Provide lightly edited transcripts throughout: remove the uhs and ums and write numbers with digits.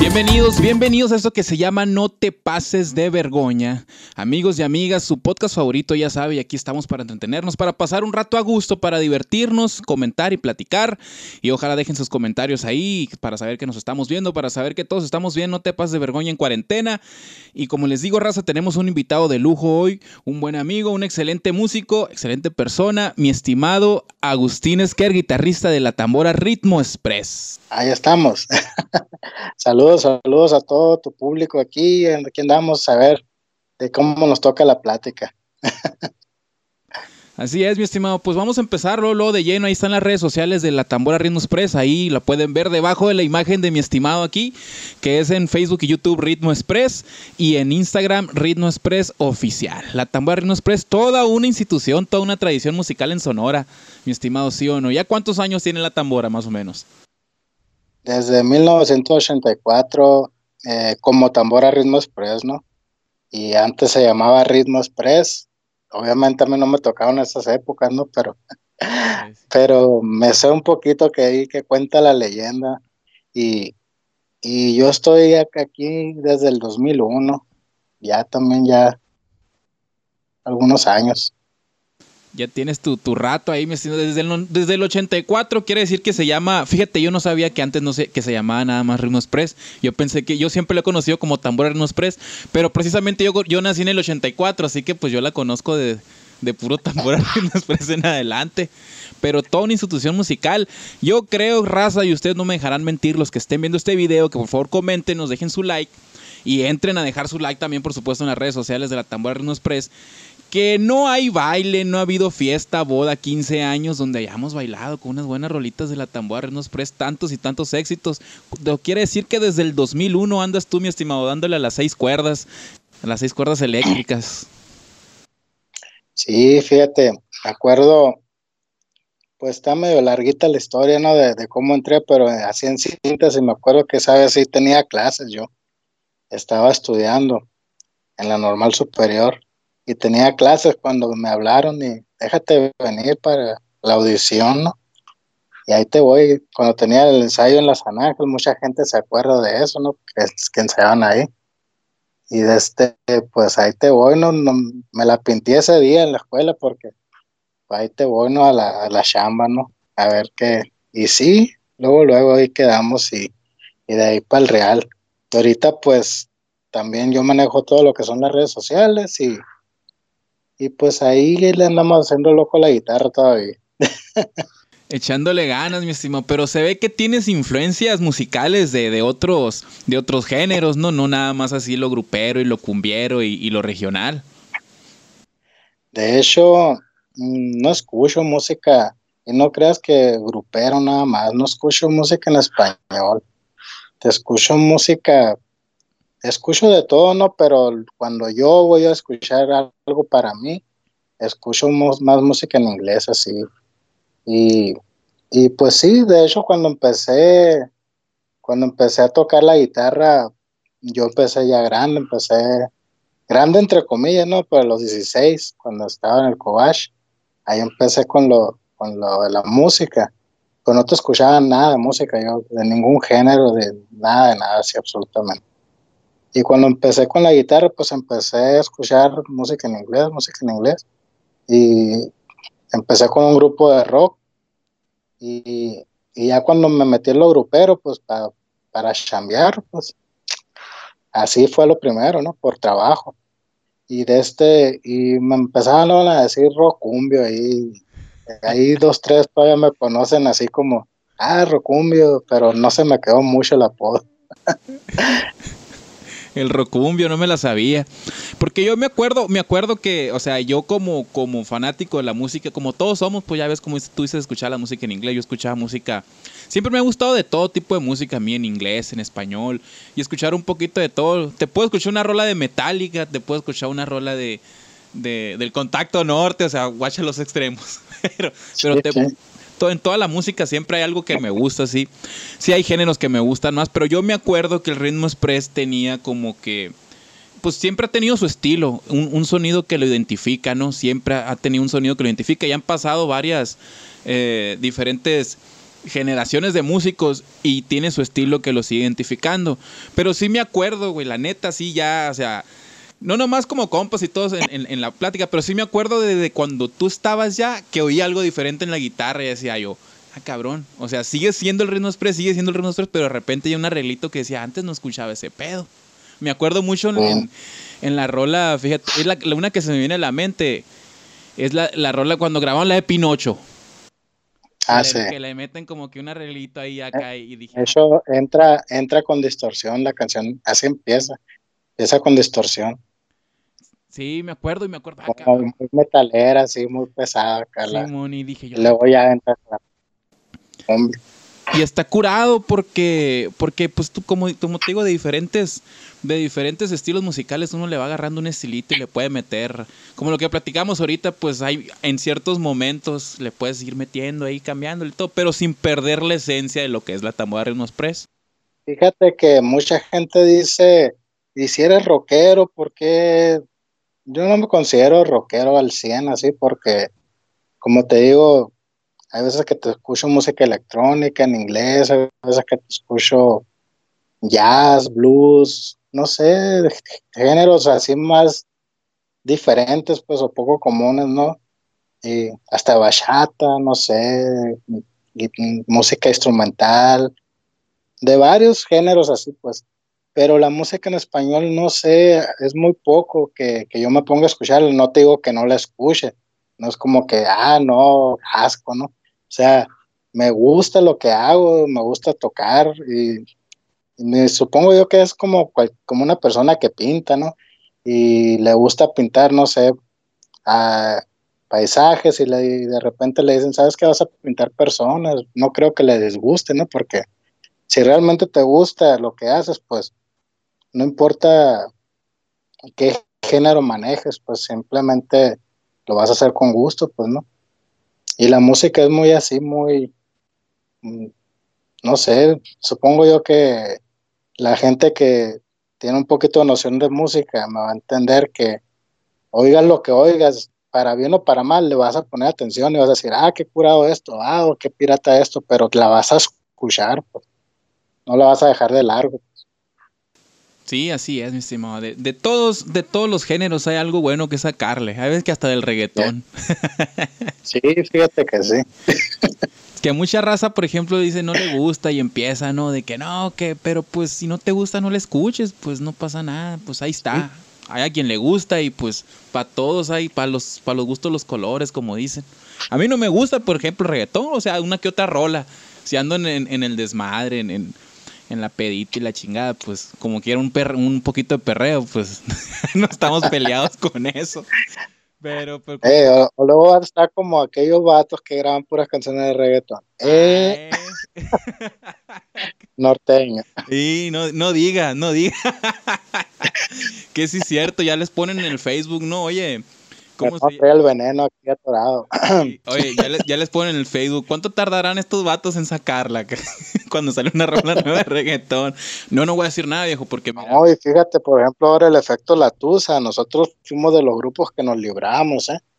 Bienvenidos a esto que se llama No te pases de vergoña. Amigos y amigas, su podcast favorito, ya sabe, y aquí estamos para entretenernos, para pasar un rato a gusto, para divertirnos, comentar y platicar. Y ojalá dejen sus comentarios ahí para saber que nos estamos viendo, para saber que todos estamos bien. No te pases de vergoña en cuarentena. Y como les digo, raza, tenemos un invitado de lujo hoy, un buen amigo, un excelente músico, excelente persona, mi estimado Agustín Esquer, guitarrista de La Tambora Ritmo Express. Ahí estamos. Saludos a todo tu público aquí andamos a ver de cómo nos toca la plática. Así es, mi estimado. Pues vamos a empezar luego de lleno. Ahí están las redes sociales de La Tambora Ritmo Express. Ahí la pueden ver debajo de la imagen de mi estimado aquí, que es en Facebook y YouTube Ritmo Express, y en Instagram Ritmo Express Oficial. La Tambora Ritmo Express, toda una institución, toda una tradición musical en Sonora, mi estimado, ¿sí o no? ¿Ya cuántos años tiene La Tambora, más o menos? Desde 1984 como Tambora Ritmo Express, ¿no? Y antes se llamaba Ritmo Express. Obviamente a mí no me tocaron esas épocas, ¿no? Pero me sé un poquito que cuenta la leyenda. Y, y yo estoy aquí desde el 2001, ya algunos años. Ya tienes tu rato ahí, desde el 84, quiere decir que se llama, fíjate, yo no sabía que antes que se llamaba nada más Ritmo Express. Yo pensé que, yo siempre lo he conocido como Tambora Ritmo Express, pero precisamente yo nací en el 84, así que pues yo la conozco de puro Tambora Ritmo Express en adelante. Pero toda una institución musical. Yo creo, raza, y ustedes no me dejarán mentir, los que estén viendo este video, que por favor comenten, nos dejen su like y entren a dejar su like también, por supuesto, en las redes sociales de La Tambora Ritmo Express. Que no hay baile, no ha habido fiesta, boda, 15 años donde hayamos bailado con unas buenas rolitas de La Tambora Ritmo Express, tantos y tantos éxitos. Quiere decir que desde el 2001 andas tú, mi estimado, dándole a las 6 cuerdas eléctricas. Sí, fíjate, me acuerdo, pues está medio larguita la historia, ¿no? De cómo entré, pero así en síntesis me acuerdo que, ¿sabes? Sí tenía clases yo. Estaba estudiando en la normal superior y tenía clases cuando me hablaron y déjate venir para la audición, ¿no? Y ahí te voy. Cuando tenía el ensayo en la San Ángel, mucha gente se acuerda de eso, ¿no? Que ensayaban ahí. Y pues ahí te voy, ¿no? Me la pinté ese día en la escuela porque ahí te voy, ¿no? A la chamba, ¿no? A ver qué. Y sí, luego ahí quedamos y de ahí para el Real. Y ahorita pues también yo manejo todo lo que son las redes sociales y pues ahí le andamos haciendo loco a la guitarra todavía. Echándole ganas, mi estimado, pero se ve que tienes influencias musicales de otros géneros, ¿no? No nada más así lo grupero y lo cumbiero y lo regional. De hecho, no escucho música, y no creas que grupero nada más, no escucho música en español, te escucho de todo, ¿no? Pero cuando yo voy a escuchar algo para mí, escucho más música en inglés, así. Y, y pues sí, de hecho, cuando empecé a tocar la guitarra, yo empecé ya grande entre comillas, ¿no? Pero a los 16, cuando estaba en el Cobach, ahí empecé con lo de la música. Pues no te escuchaba nada de música, yo, de ningún género, de nada, así absolutamente. Y cuando empecé con la guitarra, pues empecé a escuchar música en inglés. Y empecé con un grupo de rock. Y ya cuando me metí en lo grupero, pues para chambear, pues así fue lo primero, ¿no? Por trabajo. Y me empezaron a decir rocumbio ahí 2, 3 todavía me conocen así como, rocumbio, pero no se me quedó mucho el apodo. El rocumbio, no me la sabía. Porque yo me acuerdo que, o sea, yo como fanático de la música, como todos somos, pues ya ves como tú dices escuchar la música en inglés, yo escuchaba música, siempre me ha gustado de todo tipo de música, a mí en inglés, en español, y escuchar un poquito de todo. Te puedo escuchar una rola de Metallica, te puedo escuchar una rola del Contacto Norte, o sea, guacha los extremos. pero Sí, sí. en toda la música siempre hay algo que me gusta, sí. Sí hay géneros que me gustan más, pero yo me acuerdo que el Ritmo Express tenía como que, pues siempre ha tenido su estilo, un sonido que lo identifica, ¿no? Siempre ha tenido un sonido que lo identifica y han pasado varias diferentes generaciones de músicos y tiene su estilo que lo sigue identificando. Pero sí me acuerdo, güey, la neta, sí ya, o sea, no nomás como compas y todos en la plática, pero sí me acuerdo de cuando tú estabas ya, que oía algo diferente en la guitarra y decía yo, ah, cabrón, o sea, sigue siendo el Ritmo Express, pero de repente hay un arreglito que decía, antes no escuchaba ese pedo. Me acuerdo mucho en la rola, fíjate, es la una que se me viene a la mente, es la rola cuando grabaron la de Pinocho. Sí. Que le meten como que un arreglito ahí acá y dije... De hecho, entra con distorsión la canción, así empieza con distorsión. Sí, me acuerdo acá. Como muy metalera, así, muy pesada acá. Simón, y dije yo... Y luego ya entra la cumbia. Y está curado porque pues tú, como te digo, de diferentes estilos musicales, uno le va agarrando un estilito y le puede meter, como lo que platicamos ahorita, pues hay en ciertos momentos le puedes ir metiendo ahí, cambiando y todo, pero sin perder la esencia de lo que es la tambora Ritmo Express. Fíjate que mucha gente dice, y si eres rockero, ¿por qué? Yo no me considero rockero al 100 así, porque, como te digo, hay veces que te escucho música electrónica en inglés, hay veces que te escucho jazz, blues, no sé, géneros así más diferentes, pues, o poco comunes, ¿no? Y hasta bachata, no sé, música instrumental, de varios géneros así, pues. Pero la música en español, no sé, es muy poco que yo me ponga a escuchar, no te digo que no la escuche, no es como que, no, asco, ¿no? O sea, me gusta lo que hago, me gusta tocar y me supongo yo que es como una persona que pinta, ¿no? Y le gusta pintar, no sé, a paisajes y de repente le dicen, ¿sabes qué? Vas a pintar personas. No creo que le disguste, ¿no? Porque si realmente te gusta lo que haces, pues no importa qué género manejes, pues simplemente lo vas a hacer con gusto, pues, ¿no? Y la música es muy así, muy, mm, no sé, supongo yo que la gente que tiene un poquito de noción de música me va a entender que oigas lo que oigas, para bien o para mal, le vas a poner atención y vas a decir, qué curado esto, o qué pirata esto, pero la vas a escuchar, pues, no la vas a dejar de largo. Sí, así es, mi estimado. De todos los géneros hay algo bueno que sacarle. Hay veces que hasta del reggaetón. Sí, fíjate que sí. Que a mucha raza, por ejemplo, dice no le gusta y empieza, ¿no? De que no, pero pues si no te gusta no le escuches, pues no pasa nada, pues ahí está. Hay a quien le gusta y pues para todos hay, para los gustos los colores, como dicen. A mí no me gusta, por ejemplo, el reggaetón, o sea, una que otra rola. Si ando en el desmadre, en la pedita y la chingada, pues como quiera un poquito de perreo, pues no estamos peleados con eso. Pero O luego está como aquellos vatos que graban puras canciones de reggaetón. Norteño. Y no diga. Que sí es cierto, ya les ponen en el Facebook, ¿no? Oye, ¿cómo se llama? El veneno aquí atorado. Sí, oye, ya les ponen en el Facebook. ¿Cuánto tardarán estos vatos en sacarla? Cuando sale una rola nueva de reggaetón. No voy a decir nada, viejo, porque mira. No, y fíjate, por ejemplo, ahora el efecto La Tusa. Nosotros fuimos de los grupos que nos libramos, ¿eh?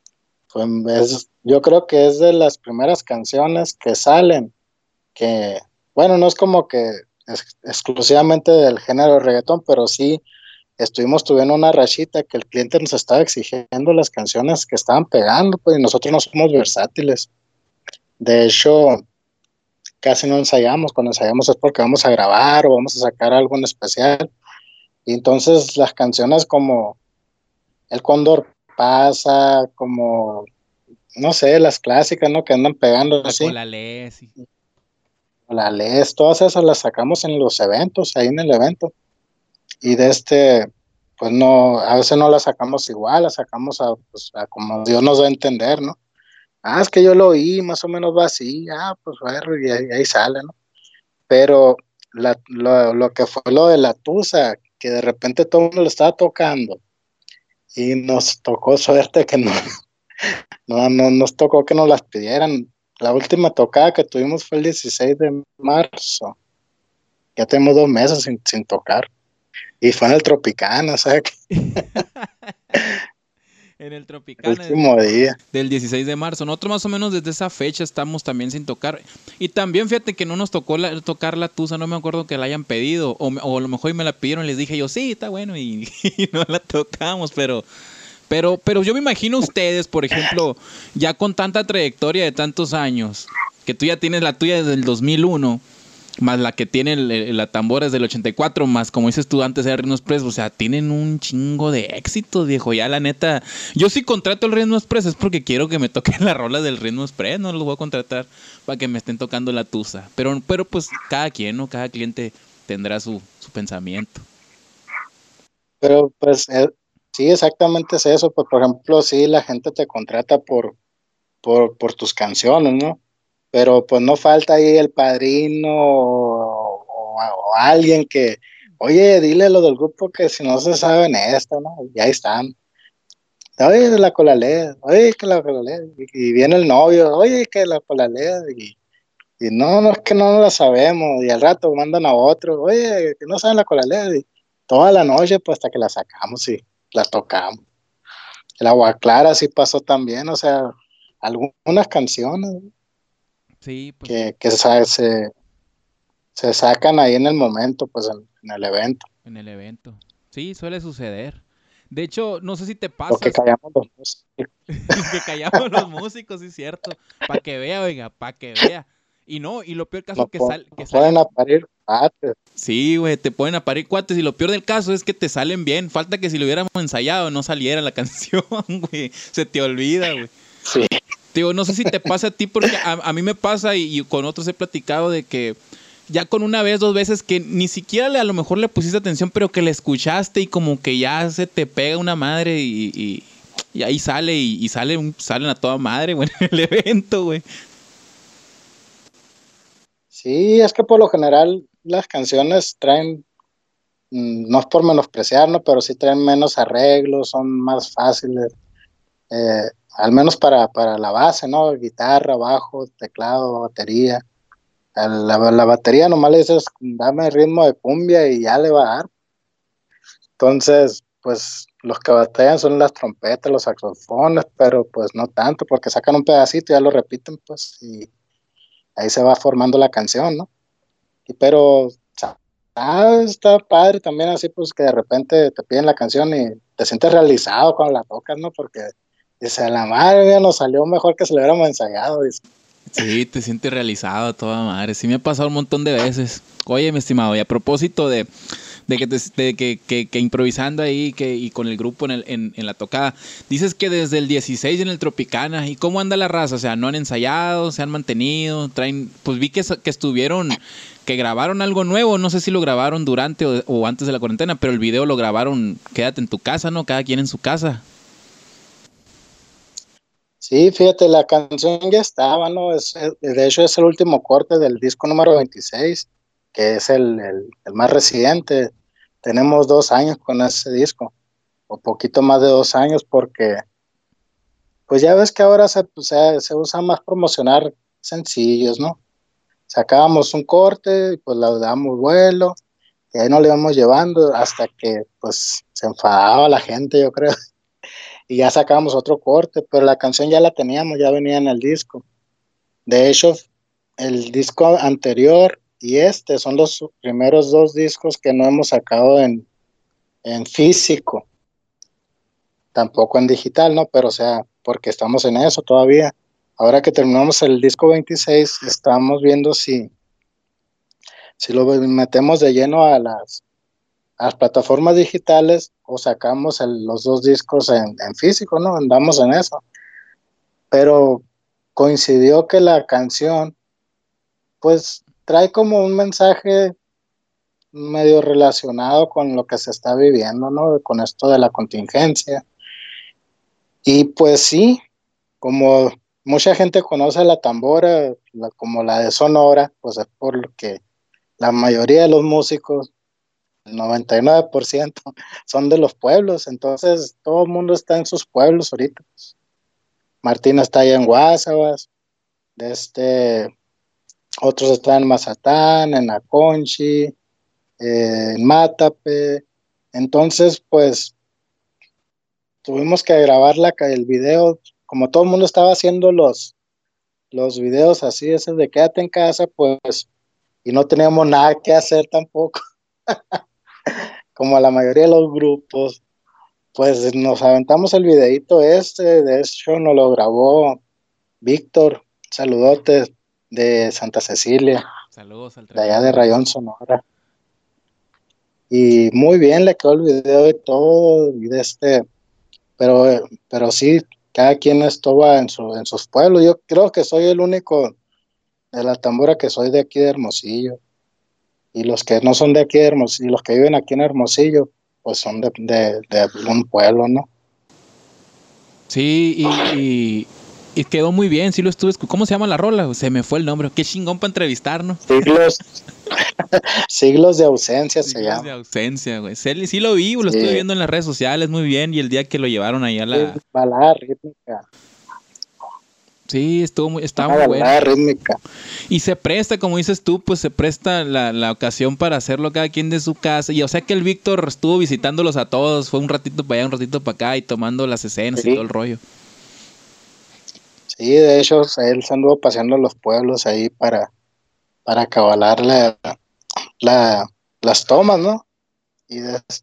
Yo creo que es de las primeras canciones que salen, que, bueno, no es como que exclusivamente del género de reggaetón, pero sí tuviendo una rachita que el cliente nos estaba exigiendo las canciones que estaban pegando, pues, y nosotros no somos versátiles. De hecho, casi no ensayamos. Cuando ensayamos es porque vamos a grabar o vamos a sacar algo en especial. Y entonces las canciones como El Cóndor pasa, como, no sé, las clásicas, ¿no? Que andan pegando así. O la lees. Sí. La lees, todas esas las sacamos en los eventos, ahí en el evento. Y pues no, a veces no las sacamos igual, las sacamos a como Dios nos da a entender, ¿no? Es que yo lo oí, más o menos va así, pues bueno, y ahí sale, ¿no? Pero lo que fue lo de La Tusa, que de repente todo el mundo lo estaba tocando y nos tocó suerte que no nos tocó que nos las pidieran. La última tocada que tuvimos fue el 16 de marzo. Ya tenemos 2 meses sin tocar. Y fue en el Tropicana, ¿sabes? en el El Tropicana último día. del 16 de marzo. Nosotros más o menos desde esa fecha estamos también sin tocar. Y también fíjate que no nos tocó tocar la tusa, no me acuerdo que la hayan pedido. O a lo mejor me la pidieron y les dije yo, sí, está bueno, y no la tocamos, pero yo me imagino ustedes, por ejemplo, ya con tanta trayectoria de tantos años, que tú ya tienes la tuya desde el 2001, más la que tiene la tambora desde el 84, más como dices tú antes era Ritmo Express, o sea, tienen un chingo de éxito, viejo, ya la neta. Yo si contrato el Ritmo Express es porque quiero que me toquen las rolas del Ritmo Express, no los voy a contratar para que me estén tocando la tusa. Pero pues cada quien, ¿no? Cada cliente tendrá su pensamiento. Pero pues sí, exactamente es eso. Pues por ejemplo, sí, la gente te contrata por tus canciones, ¿no? Pero pues no falta ahí el padrino o alguien que, oye, dile a lo del grupo que si no se saben esto, ¿no? Y ahí están. Oye, la colalea, oye, que la colalea. Y viene el novio, oye, que la colalea. Y no, no es que no la sabemos. Y al rato mandan a otro, oye, que no saben la colalea. Y toda la noche, pues hasta que la sacamos y la tocamos. El Agua Clara sí pasó también, o sea, algunas canciones Sí, pues que se sacan ahí en el momento, pues en el evento. en el evento. Sí, suele suceder. De hecho, no sé si te Lo que pasas callamos los músicos. lo que callamos los músicos, sí es cierto. Para que vea, oiga, para que vea. Y no, y lo peor caso Nos, que pon- que nos ponen salen. a parir pates. Sí, güey, te pueden aparecer cuates. Y lo peor del caso es que te salen bien. Falta que si lo hubiéramos ensayado no saliera la canción, güey. Se te olvida, güey. Sí, Digo, no sé si te pasa a ti, porque a mí me pasa y con otros he platicado de que ya con una vez, dos veces que ni siquiera a lo mejor le pusiste atención, pero que le escuchaste y como que ya se te pega una madre y ahí sale y salen a toda madre, güey, en el evento, güey. sí, es que por lo general las canciones traen, no es por menospreciar, ¿no? Pero sí traen menos arreglos, son más fáciles, eh, al menos para la base, ¿no? Guitarra, bajo, teclado, batería. A la batería nomás le dices, dame ritmo de cumbia y ya le va a dar. Entonces, pues los que batallan son las trompetas, los saxofones, pero pues no tanto, porque sacan un pedacito y ya lo repiten, pues, y ahí se va formando la canción, ¿no? Pero está padre también así, pues que de repente te piden la canción y te sientes realizado cuando la tocas, ¿no? Porque dice, la madre mía, nos salió mejor que si lo hubiéramos ensayado. Dice. Sí, te sientes realizado a toda madre. Sí me ha pasado un montón de veces. Oye, mi estimado, y a propósito de que improvisando ahí y con el grupo en la tocada, dices que desde el 16 en el Tropicana, ¿y cómo anda la raza? O sea, ¿no han ensayado? ¿Se han mantenido? Pues vi que estuvieron, que grabaron algo nuevo, no sé si lo grabaron durante o antes de la cuarentena, pero el video lo grabaron, quédate en tu casa, ¿no? Cada quien en su casa. Sí, fíjate, la canción ya estaba, ¿no? De hecho, es el último corte del disco número 26, que es el más reciente. Tenemos 2 años con ese disco, o poquito más de 2 años, porque pues ya ves que ahora se usa más promocionar sencillos, ¿no? Sacábamos un corte, y pues le damos vuelo, y ahí nos lo íbamos llevando hasta que pues se enfadaba la gente, yo creo, y ya sacábamos otro corte, pero la canción ya la teníamos, ya venía en el disco. De hecho, el disco anterior y este son los primeros dos discos que no hemos sacado en físico, tampoco en digital, ¿no? Pero o sea, porque estamos en eso todavía. Ahora que terminamos el disco 26, estamos viendo si lo metemos de lleno a las plataformas digitales o sacamos los dos discos en físico, ¿no? Andamos en eso. Pero coincidió que la canción, pues, trae como un mensaje medio relacionado con lo que se está viviendo, ¿no? Con esto de la contingencia. Y pues sí, como mucha gente conoce la tambora, como la de Sonora, pues es porque la mayoría de los músicos, el 99%, son de los pueblos, entonces todo el mundo está en sus pueblos ahorita. Martina está allá en Guásamas, de otros están en Mazatán, en Aconchi, en Mátape. Entonces, pues tuvimos que grabar el video, como todo el mundo estaba haciendo los videos así, esos de quédate en casa, pues, y no teníamos nada que hacer tampoco, como la mayoría de los grupos, pues nos aventamos el videito de hecho nos lo grabó Víctor, saludotes de Santa Cecilia, Saludos al de allá tremendo de Vic. Rayón, Sonora. Y muy bien le quedó el video y todo, pero sí, cada quien estuvo en sus pueblos. Yo creo que soy el único de la tambora que soy de aquí de Hermosillo. Y los que no son de aquí de Hermosillo, y los que viven aquí en Hermosillo, pues son de un pueblo, ¿no? Sí, y quedó muy bien, sí lo estuve ¿Cómo se llama la rola? Se me fue el nombre. Qué chingón para entrevistarnos. Siglos, siglos de ausencia se Siglos de llama. ausencia, güey. Sí lo vi, lo estuve Sí, viendo en las redes sociales muy bien. Y el día que lo llevaron ahí a es la... balada rítmica, Sí, estaba una muy bueno. balada rítmica. Y se presta, como dices tú, pues se presta la ocasión para hacerlo cada quien de su casa. Y o sea que el Víctor estuvo visitándolos a todos. Fue un ratito para allá, un ratito para acá y tomando las escenas y todo el Sí, rollo. sí, de hecho, él se anduvo paseando los pueblos ahí para acabalar la, las tomas, ¿no? Y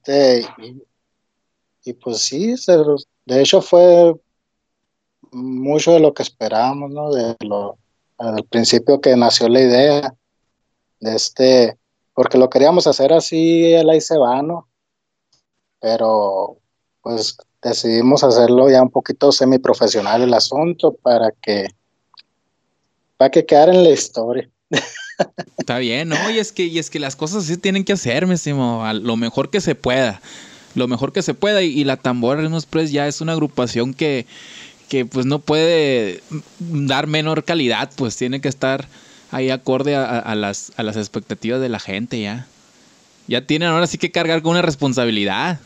y pues sí, de hecho fue mucho de lo que esperábamos, ¿no? Al principio que nació la idea de porque lo queríamos hacer así, él ahí se va, ¿no? Pero pues decidimos hacerlo ya un poquito semiprofesional el asunto para que quedara en la historia. Está bien, ¿no? Y es que las cosas así tienen que hacer, mi estimado, a lo mejor que se pueda. Lo mejor que se pueda. Y la Tambora Ritmo Express ya es una agrupación que pues no puede dar menor calidad, pues tiene que estar ahí acorde a las expectativas de la gente ya. Ya tienen ahora sí que cargar con una responsabilidad.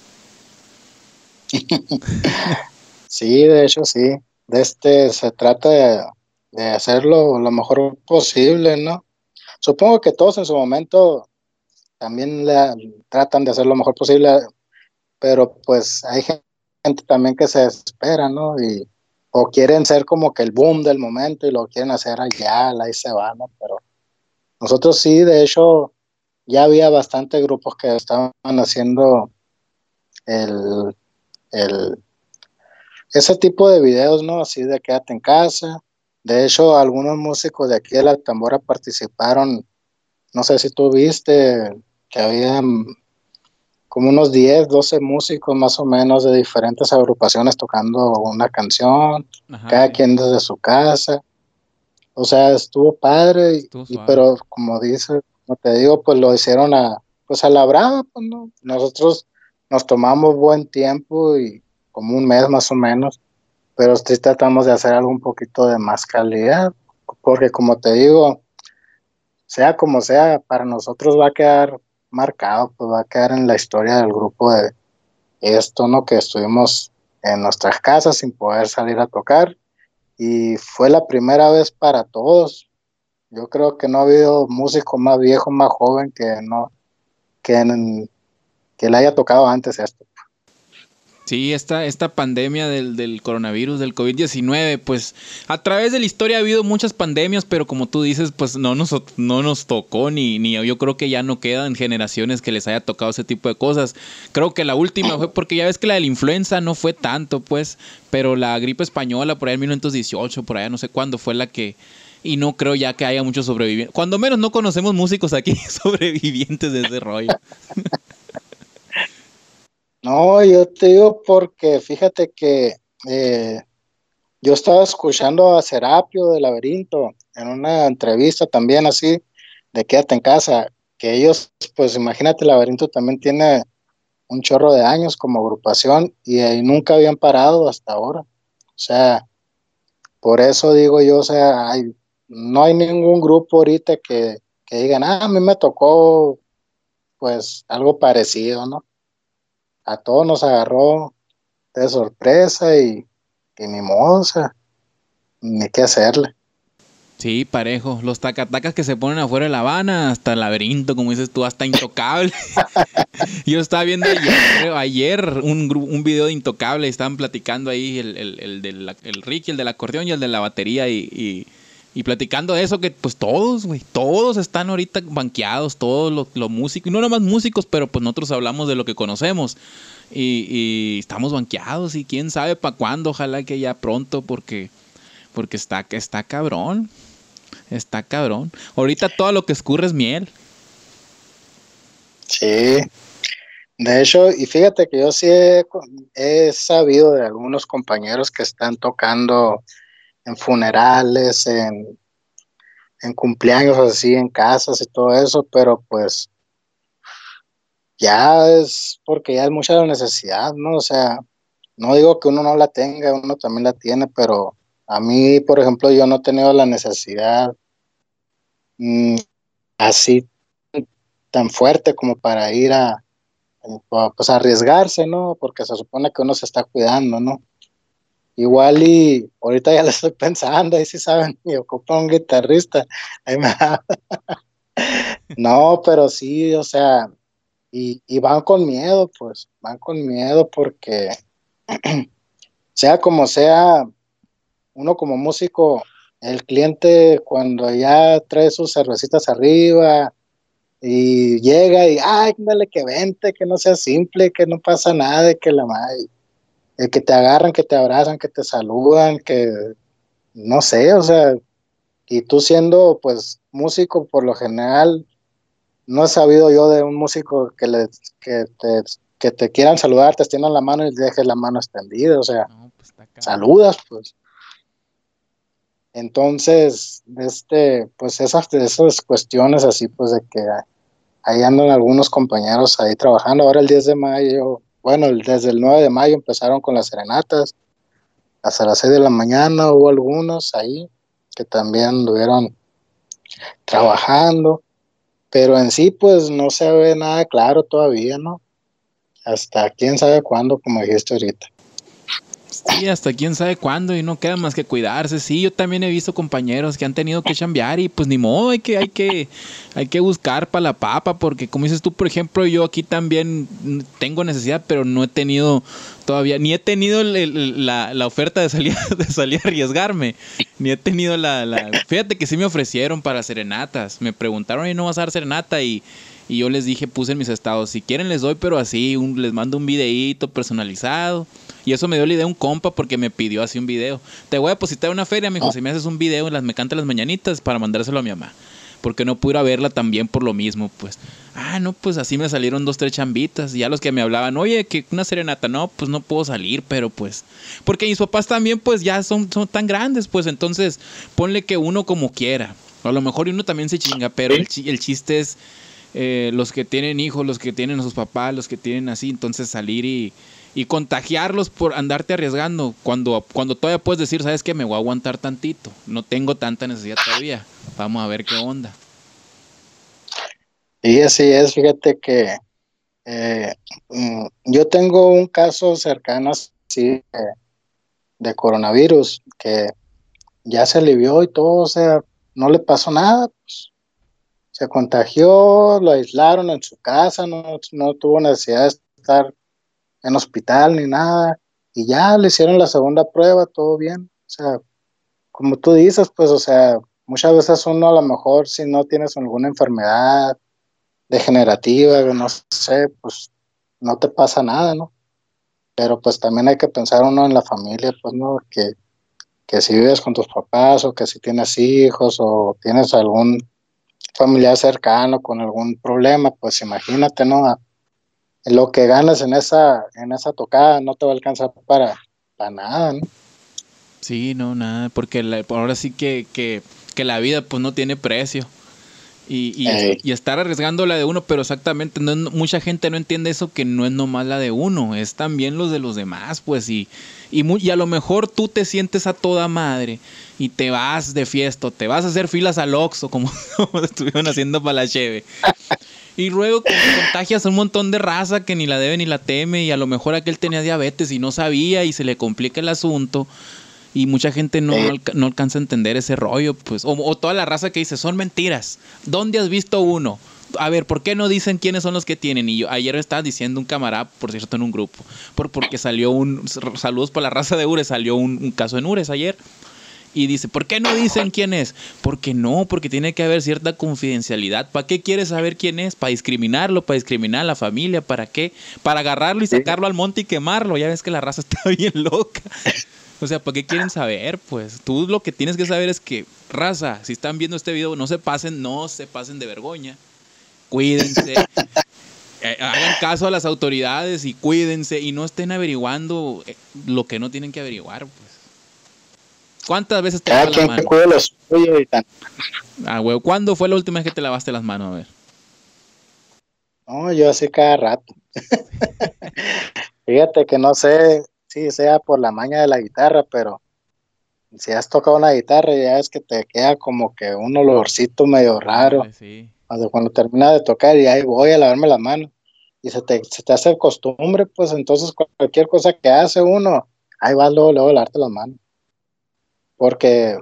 Sí, de hecho sí. Se trata de hacerlo lo mejor posible, ¿no? Supongo que todos en su momento también tratan de hacer lo mejor posible, pero pues hay gente también que se desespera, ¿no? O quieren ser como que el boom del momento y lo quieren hacer allá, ahí se van, ¿no? Pero nosotros sí, de hecho, ya había bastantes grupos que estaban haciendo el, el, ese tipo de videos, ¿no? Así de quédate en casa. De hecho, algunos músicos de aquí de la Tambora participaron, no sé si tú viste que había como unos 10 12 músicos más o menos de diferentes agrupaciones tocando una canción, Ajá, cada sí. quien desde su casa. O sea, estuvo padre, Estuvo suave. pero como dice, como te digo, pues lo hicieron pues a la brava, pues no. Nosotros nos tomamos buen tiempo y como un mes más o menos, pero sí tratamos de hacer algo un poquito de más calidad, porque como te digo, sea como sea, para nosotros va a quedar marcado, pues va a quedar en la historia del grupo de esto, ¿no? Que estuvimos en nuestras casas sin poder salir a tocar y fue la primera vez para todos. Yo creo que no ha habido músico más viejo, más joven que, en- que le haya tocado antes esto. Sí, esta pandemia del coronavirus, del COVID-19, pues a través de la historia ha habido muchas pandemias, pero como tú dices, pues no nos tocó, ni yo creo que ya no quedan generaciones que les haya tocado ese tipo de cosas. Creo que la última fue porque ya ves que la de la influenza no fue tanto, pues, pero la gripe española por ahí en 1918, por allá no sé cuándo fue la que... Y no creo ya que haya muchos sobrevivientes. Cuando menos no conocemos músicos aquí sobrevivientes de ese rollo. No, yo te digo porque fíjate que eh, yo estaba escuchando a Serapio de Laberinto en una entrevista también así de Quédate en casa, que ellos, pues imagínate, Laberinto también tiene un chorro de años como agrupación y ahí nunca habían parado hasta ahora. O sea, por eso digo yo, o sea, no hay ningún grupo ahorita que digan, a mí me tocó pues algo parecido, ¿no? A todos nos agarró de sorpresa y ni modo, o sea, ni qué hacerle. Sí, parejo. Los tacatacas que se ponen afuera de La Habana, hasta el laberinto, como dices tú, hasta Intocable. Yo estaba viendo ayer, creo, un video de Intocable y estaban platicando ahí el Ricky, el del acordeón y el de la batería y platicando de eso que pues todos, güey, todos están ahorita banqueados, todos los músicos, y no nomás músicos, pero pues nosotros hablamos de lo que conocemos y estamos banqueados y quién sabe para cuándo, ojalá que ya pronto porque está cabrón, está cabrón. Ahorita todo lo que escurre es miel. Sí, de hecho, y fíjate que yo sí he sabido de algunos compañeros que están tocando en funerales, en cumpleaños así, en casas y todo eso, pero pues ya es porque ya es mucha la necesidad, ¿no? O sea, no digo que uno no la tenga, uno también la tiene, pero a mí, por ejemplo, yo no he tenido la necesidad mm, así tan fuerte como para ir pues a arriesgarse, ¿no? Porque se supone que uno se está cuidando, ¿no? Igual y ahorita ya lo estoy pensando, ahí sí saben, me ocupa un guitarrista, ahí me no, pero sí, o sea, y van con miedo, pues, van con miedo porque sea como sea, uno como músico, el cliente cuando ya trae sus cervecitas arriba y llega y, ay, dale que vente, que no sea simple, que no pasa nada, que la madre, que te agarran, que te abrazan, que te saludan, que no sé, o sea, y tú siendo pues músico por lo general, no he sabido yo de un músico que te, que te quieran saludar, te extiendan la mano y dejes la mano extendida, o sea, No, pues está cabrón. saludas, pues. Entonces, pues esas cuestiones así, pues de que ahí andan algunos compañeros ahí trabajando. Ahora el 10 de mayo, bueno, desde el 9 de mayo empezaron con las serenatas, hasta las 6 de la mañana hubo algunos ahí que también anduvieron trabajando, pero en sí pues no se ve nada claro todavía, ¿no? Hasta quién sabe cuándo, como dijiste ahorita. Sí, hasta quién sabe cuándo y no queda más que cuidarse. Sí, yo también he visto compañeros que han tenido que chambear y pues ni modo, hay que buscar para la papa porque como dices tú, por ejemplo, yo aquí también tengo necesidad, pero no he tenido todavía, ni he tenido la oferta de salir a arriesgarme, ni he tenido Fíjate que sí me ofrecieron para serenatas, me preguntaron, ¿y no vas a dar serenata? Y yo les dije, puse en mis estados, si quieren les doy, pero así, les mando un videíto personalizado. Y eso me dio la idea un compa porque me pidió así un video. Te voy a depositar una feria, mijo, si me haces un video, me canta las mañanitas para mandárselo a mi mamá. Porque no pude ir a verla también por lo mismo, pues. Ah, no, pues así me salieron 2, 3 chambitas. Y ya los que me hablaban, oye, que una serenata, no, pues no puedo salir, pero pues. Porque mis papás también, pues ya son tan grandes, pues entonces ponle que uno como quiera. A lo mejor uno también se chinga, pero el chiste es los que tienen hijos, los que tienen a sus papás, los que tienen así, entonces salir y contagiarlos por andarte arriesgando cuando todavía puedes decir, ¿sabes qué? Me voy a aguantar tantito, no tengo tanta necesidad todavía, vamos a ver qué onda. Y así es, fíjate que yo tengo un caso cercano así de coronavirus que ya se alivió y todo, o sea, no le pasó nada, pues, se contagió, lo aislaron en su casa, no tuvo necesidad de estar en hospital ni nada, y ya le hicieron la segunda prueba, todo bien, o sea, como tú dices, pues, o sea, muchas veces uno a lo mejor si no tienes alguna enfermedad degenerativa, no sé, pues no te pasa nada, ¿no? Pero pues también hay que pensar uno en la familia, pues, ¿no? Que si vives con tus papás o que si tienes hijos o tienes algún familiar cercano con algún problema, pues imagínate, ¿no? Lo que ganas en esa tocada no te va a alcanzar para nada, ¿no? Sí, no, nada, porque ahora sí que la vida pues no tiene precio. Y estar arriesgando la de uno, pero exactamente, mucha gente no entiende eso, que no es nomás la de uno, es también los de los demás, pues, y a lo mejor tú te sientes a toda madre y te vas de fiesta, te vas a hacer filas al Oxxo, como, como estuvieron haciendo para la cheve. Y luego contagias a un montón de raza que ni la debe ni la teme, y a lo mejor aquel tenía diabetes y no sabía y se le complica el asunto. Y mucha gente no, Sí. no alcanza a entender ese rollo, pues. O toda la raza que dice, son mentiras. ¿Dónde has visto uno? A ver, ¿por qué no dicen quiénes son los que tienen? Y yo ayer me estaba diciendo un camarada, por cierto, en un grupo, porque salió saludos para la raza de Ures, salió un caso en Ures ayer. Y dice, ¿por qué no dicen quién es? Porque no, porque tiene que haber cierta confidencialidad. ¿Para qué quieres saber quién es? ¿Para discriminarlo? ¿Para discriminar a la familia? ¿Para qué? Para agarrarlo y sacarlo al monte y quemarlo. Ya ves que la raza está bien loca. O sea, ¿para qué quieren saber? Pues tú lo que tienes que saber es que, raza, si están viendo este video, no se pasen de vergüenza. Cuídense. Hagan caso a las autoridades y cuídense y no estén averiguando lo que no tienen que averiguar, pues. ¿Cuántas veces te lavas las manos? Cuide lo suyo y tan. Ah, güey, ¿cuándo fue la última vez que te lavaste las manos? A ver. No, yo así cada rato. Fíjate que no sé si sea por la maña de la guitarra, pero si has tocado una guitarra ya es que te queda como que un olorcito medio raro. Ándale, sí. Cuando termina de tocar y ahí voy a lavarme las manos. Y se te hace costumbre, pues entonces cualquier cosa que hace uno, ahí vas luego a lavarte las manos. Porque,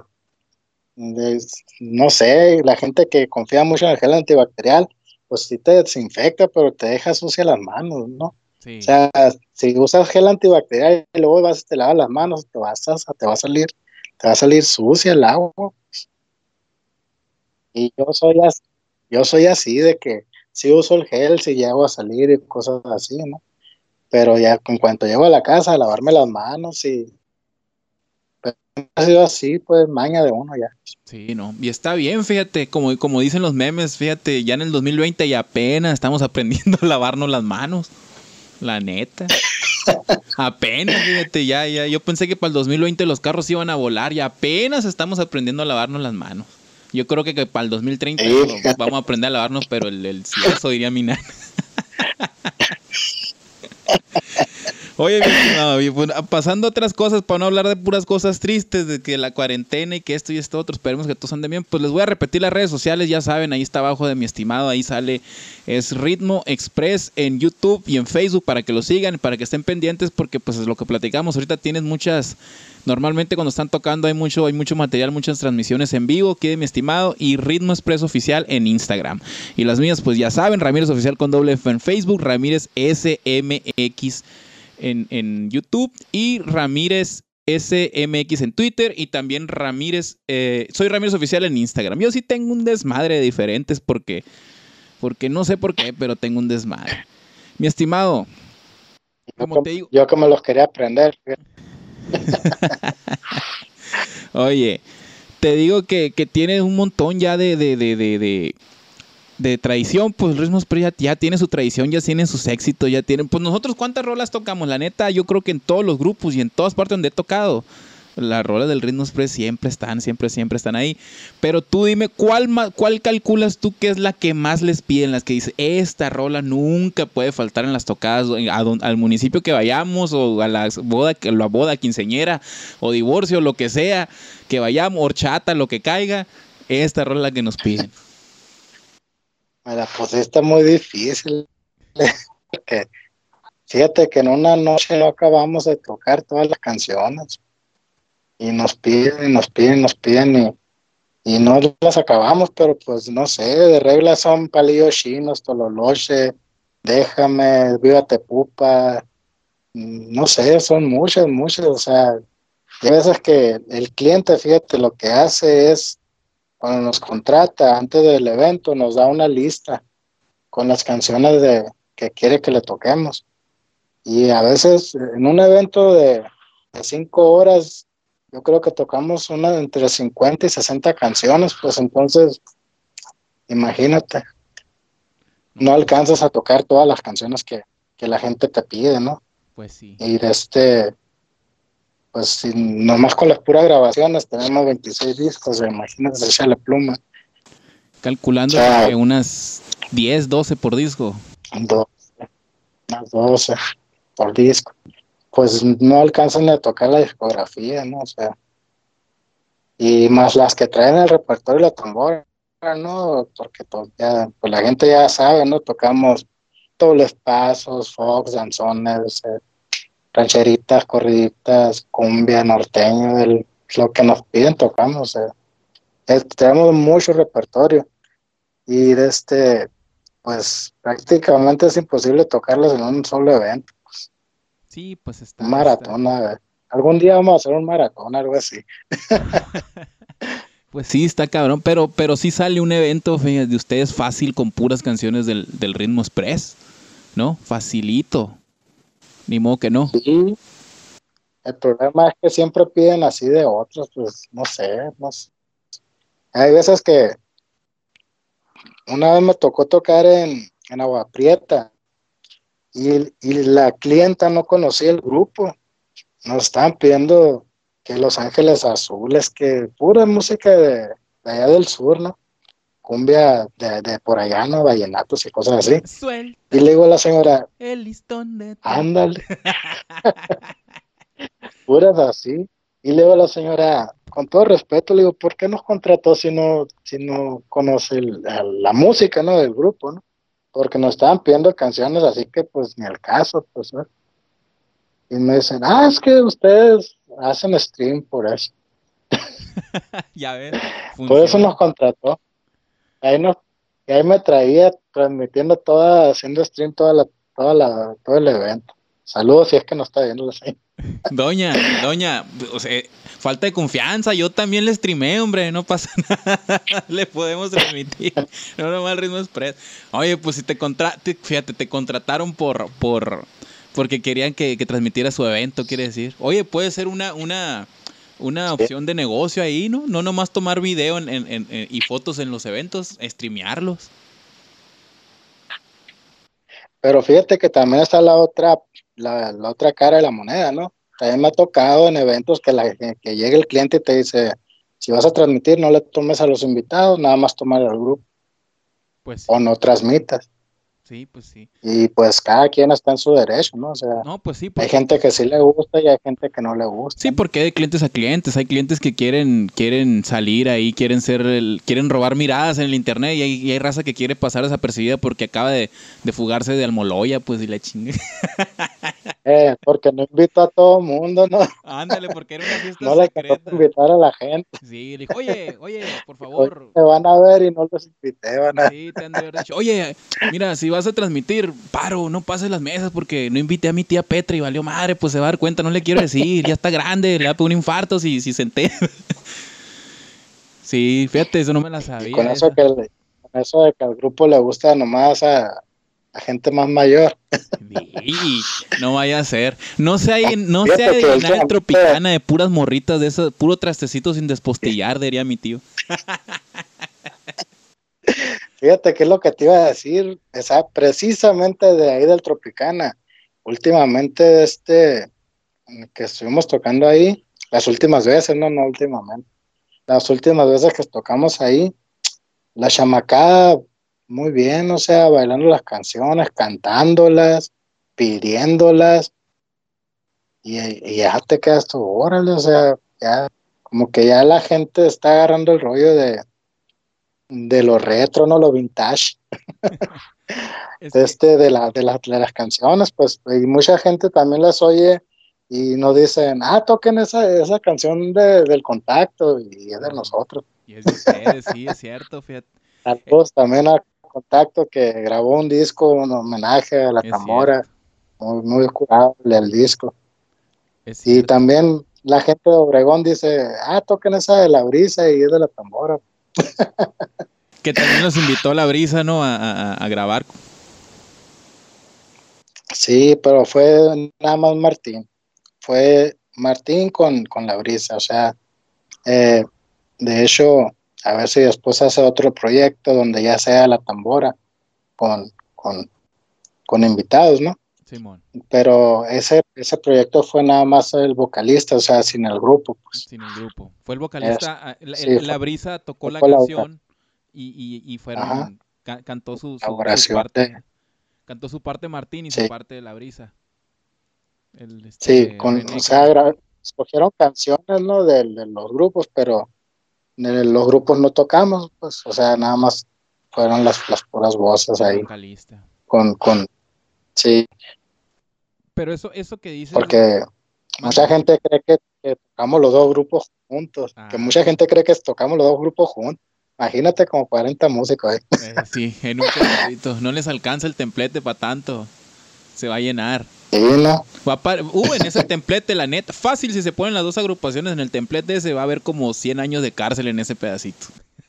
no sé, la gente que confía mucho en el gel antibacterial, pues sí te desinfecta, pero te deja sucia las manos, ¿no? O Sí. sea, si usas gel antibacterial y luego vas y te lavas las manos, te va a salir sucia el agua. Y yo soy así de que sí uso el gel si llego a salir y cosas así, ¿no? Pero ya en cuanto llego a la casa a lavarme las manos y pues, ha sido así, pues maña de uno ya. Sí, no. Y está bien, fíjate, como dicen los memes, fíjate, ya en el 2020 y apenas estamos aprendiendo a lavarnos las manos. La neta. Apenas, fíjate, ya. Yo pensé que para el 2020 los carros iban a volar y apenas estamos aprendiendo a lavarnos las manos. Yo creo que para el 2030 Sí. vamos a aprender a lavarnos, pero el cieso, diría mi nana. Oye, mi estimado, y bueno, pasando a otras cosas, para no hablar de puras cosas tristes, de que la cuarentena y que esto y esto otro, esperemos que todos anden bien, pues les voy a repetir las redes sociales, ya saben, ahí está abajo de mi estimado, ahí sale, es Ritmo Express en YouTube y en Facebook para que lo sigan, para que estén pendientes, porque pues es lo que platicamos, ahorita tienes muchas, normalmente cuando están tocando hay mucho material, muchas transmisiones en vivo, quede mi estimado, y Ritmo Express Oficial en Instagram. Y las mías, pues ya saben, Ramírez Oficial con doble F en Facebook, Ramírez SMX en YouTube y Ramírez SMX en Twitter y también soy Ramírez Oficial en Instagram. Yo sí tengo un desmadre de diferentes porque no sé por qué, pero tengo un desmadre. Mi estimado, como te digo, Yo que me los quería aprender. oye, te digo que tienes un montón ya de tradición, pues Ritmo Express ya tiene su tradición, ya tienen sus éxitos, ya tienen, pues nosotros cuántas rolas tocamos, la neta, yo creo que en todos los grupos y en todas partes donde he tocado, las rolas del Ritmo Express siempre están ahí, pero tú dime, ¿cuál calculas tú que es la que más les piden, las que dice, esta rola nunca puede faltar en las tocadas, al municipio que vayamos, o a la boda quinceañera, o divorcio, lo que sea, que vayamos, horchata, lo que caiga, esta rola es la que nos piden? Pues está muy difícil. Porque fíjate que en una noche no acabamos de tocar todas las canciones. Y nos piden, y nos piden, nos piden, y no las acabamos, pero pues no sé, de regla son Palillos Chinos, Tololoche, Déjame, Vívate Pupa, no sé, son muchas, o sea, hay veces que el cliente, fíjate, lo que hace es, cuando nos contrata antes del evento, nos da una lista con las canciones que quiere que le toquemos. Y a veces en un evento de 5 horas, yo creo que tocamos una entre 50 y 60 canciones, pues entonces, imagínate, no alcanzas a tocar todas las canciones que la gente te pide, ¿no? Pues sí. Y pues si nomás con las puras grabaciones tenemos 26 discos, imagínate, echarle pluma. O Calculando sea, que unas 10, 12 por disco. 12, unas 12 por disco. Pues no alcanzan a tocar la discografía, ¿no? O sea, y más las que traen el repertorio y la tambora, ¿no? Porque pues, pues la gente ya sabe, ¿no? Tocamos dobles pasos, fox, danzones, rancheritas, corriditas, cumbia, norteño, lo que nos piden tocamos, o sea, tenemos mucho repertorio y pues prácticamente es imposible tocarlos en un solo evento, Sí, pues un está. maratón, algún día vamos a hacer un maratón, algo así. Pues sí, está cabrón, pero sí sale un evento, fíjate, de ustedes fácil con puras canciones del Ritmo Express, ¿no? Facilito. Ni modo que no. Sí, el problema es que siempre piden así de otros, pues no sé, no sé. Hay veces que una vez me tocó tocar en Agua Prieta y la clienta no conocía el grupo. Nos estaban pidiendo que Los Ángeles Azules, que pura música de allá del sur, ¿no? Cumbia de por allá, ¿no? Vallenatos y cosas así. Y Suelta le digo a la señora, el listón de tu... ándale, puras así. Y le digo a la señora, con todo respeto, le digo, ¿por qué nos contrató si no conoce la música, ¿no? Del grupo, ¿no? Porque nos estaban pidiendo canciones, así que pues ni el caso, pues, ¿no? Y me dicen, es que ustedes hacen stream por eso. Ya ves, Por eso nos funciona. contrató. Ahí nos, y ahí me traía transmitiendo haciendo stream todo el evento. Saludos si es que no está viendo la señal. Doña, o sea, falta de confianza. Yo también le streamé, hombre, no pasa nada. Le podemos transmitir. No nomás el Ritmo Express. Oye, pues si fíjate, te contrataron porque querían que transmitiera su evento, quiere decir. Oye, puede ser una Sí. opción de negocio ahí, ¿no? No nomás tomar video y fotos en los eventos, streamearlos. Pero fíjate que también está la otra cara de la moneda, ¿no? También me ha tocado en eventos que llegue el cliente y te dice, si vas a transmitir, no le tomes a los invitados, nada más tomar al grupo Pues o sí, no transmitas. sí, pues sí. Y pues cada quien está en su derecho, ¿no? O sea, No, pues sí, hay porque gente que pues sí le gusta y hay gente que no le gusta, sí, ¿no? porque hay de clientes a clientes, hay clientes que quieren salir ahí, quieren robar miradas en el internet y hay raza que quiere pasar desapercibida porque acaba de fugarse de Almoloya, pues y la chingue. Porque no invito a todo el mundo, ¿no? Ándale, porque era una fiesta No le alcanzó a secreta. invitar a la gente. Sí, le dijo, oye, por Dijo, favor, me van a ver y no los invité, van a... sí, te han de haber dicho, oye, mira, si vas a transmitir, no pases las mesas porque no invité a mi tía Petra y valió madre, pues se va a dar cuenta, no le quiero decir, ya está grande, le va a pegar un infarto si se entera. Sí, fíjate, eso no me la Y sabía con eso esa. con eso de que al grupo le gusta nomás a gente más mayor. Y no vaya a ser. No se ha Fíjate de que llenar el últimamente, Tropicana de puras morritas de eso, puro trastecito sin despostillar, diría mi tío. fíjate que es lo que te iba a decir, precisamente de ahí del Tropicana. Últimamente, que estuvimos tocando ahí, las últimas veces, no, no últimamente, las últimas veces que tocamos ahí, la chamacada, muy bien, o sea, bailando las canciones, cantándolas, pidiéndolas, y ya te quedas tú, órale, o sea, ya, como que ya la gente está agarrando el rollo de lo retro, ¿no? Lo vintage, Es que, de las canciones, pues, y mucha gente también las oye y nos dicen, toquen esa canción del Contacto, y es de ujú, nosotros. y es de ustedes, sí, es cierto, fíjate. Eh, Saludos también a Contacto, que grabó un disco, un homenaje a la Es cierto, tambora, muy, muy curable el disco. es Y cierto. también la gente de Obregón dice, toquen esa de la brisa y es de la tambora. Que también los invitó a la brisa, ¿no? A grabar. Sí, pero fue nada más Martín. Fue Martín con la brisa. O sea, eh, de hecho, a ver si después hace otro proyecto donde ya sea la tambora con, con, con invitados, ¿no? Simón, Pero ese proyecto fue nada más el vocalista, o sea, sin el grupo, pues. sin el grupo. Fue el Es, vocalista, sí, la brisa tocó fue la colaboración. canción y Ajá, cantó su colaboración de, parte. Cantó su parte Martín y su sí, parte de la brisa. sí, o René sea, Cano. escogieron canciones, ¿no? De los grupos, pero de los grupos no tocamos, pues, o sea, nada más fueron las puras voces El ahí, vocalista. con, sí, Pero eso que dices, porque mucha mande. gente cree que tocamos los dos grupos juntos, que mucha Ah, gente cree que tocamos los dos grupos juntos. Imagínate como 40 músicos ahí. sí, en un cuadrito. No les alcanza el templete para tanto. Se va a llenar. Sí, ¿no? En ese templete, la neta, fácil, si se ponen las dos agrupaciones en el templete, se va a ver como 100 años de cárcel en ese pedacito.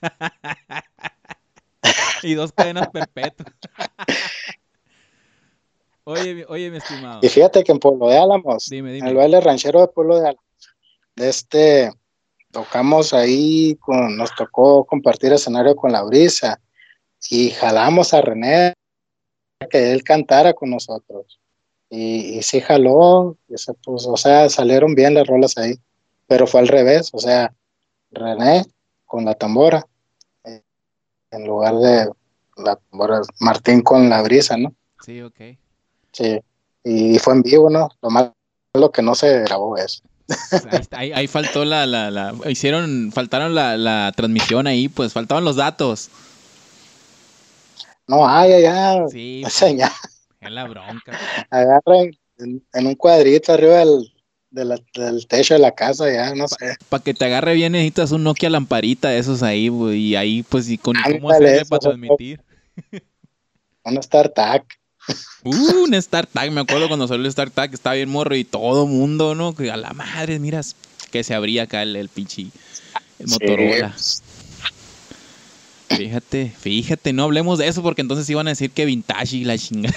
Y 2 cadenas perpetuas. Oye, mi estimado. Y fíjate que en Pueblo de Álamos, Dime, en el dime. baile ranchero de Pueblo de Álamos, de tocamos ahí, nos tocó compartir escenario con la Brisa y jalamos a René que él cantara con nosotros. Y sí jaló, y se puso, o sea, salieron bien las rolas ahí, pero fue al revés, o sea, René con la tambora, eh, en lugar de la tambora, Martín con la Brisa, ¿no? Sí, ok. Sí, y fue en vivo, ¿no? Lo malo que no se grabó eso. Ahí faltó faltaron la transmisión ahí, pues faltaban los datos. No, ay, Sí, pues, señal, es la bronca, pues. agarran en un cuadrito arriba del techo de la casa, ya, no sé. Para que te agarre bien necesitas un Nokia lamparita de esos ahí, güey, y ahí pues y con ni cómo Ándale, hacerle eso, para transmitir. un StarTAC. Un StarTag, me acuerdo cuando salió el StarTag, estaba bien morro y todo mundo, ¿no? Que a la madre, miras, que se abría acá el pinche el Sí, Motorola. pues, Fíjate, no hablemos de eso porque entonces iban a decir que vintage y la chinga.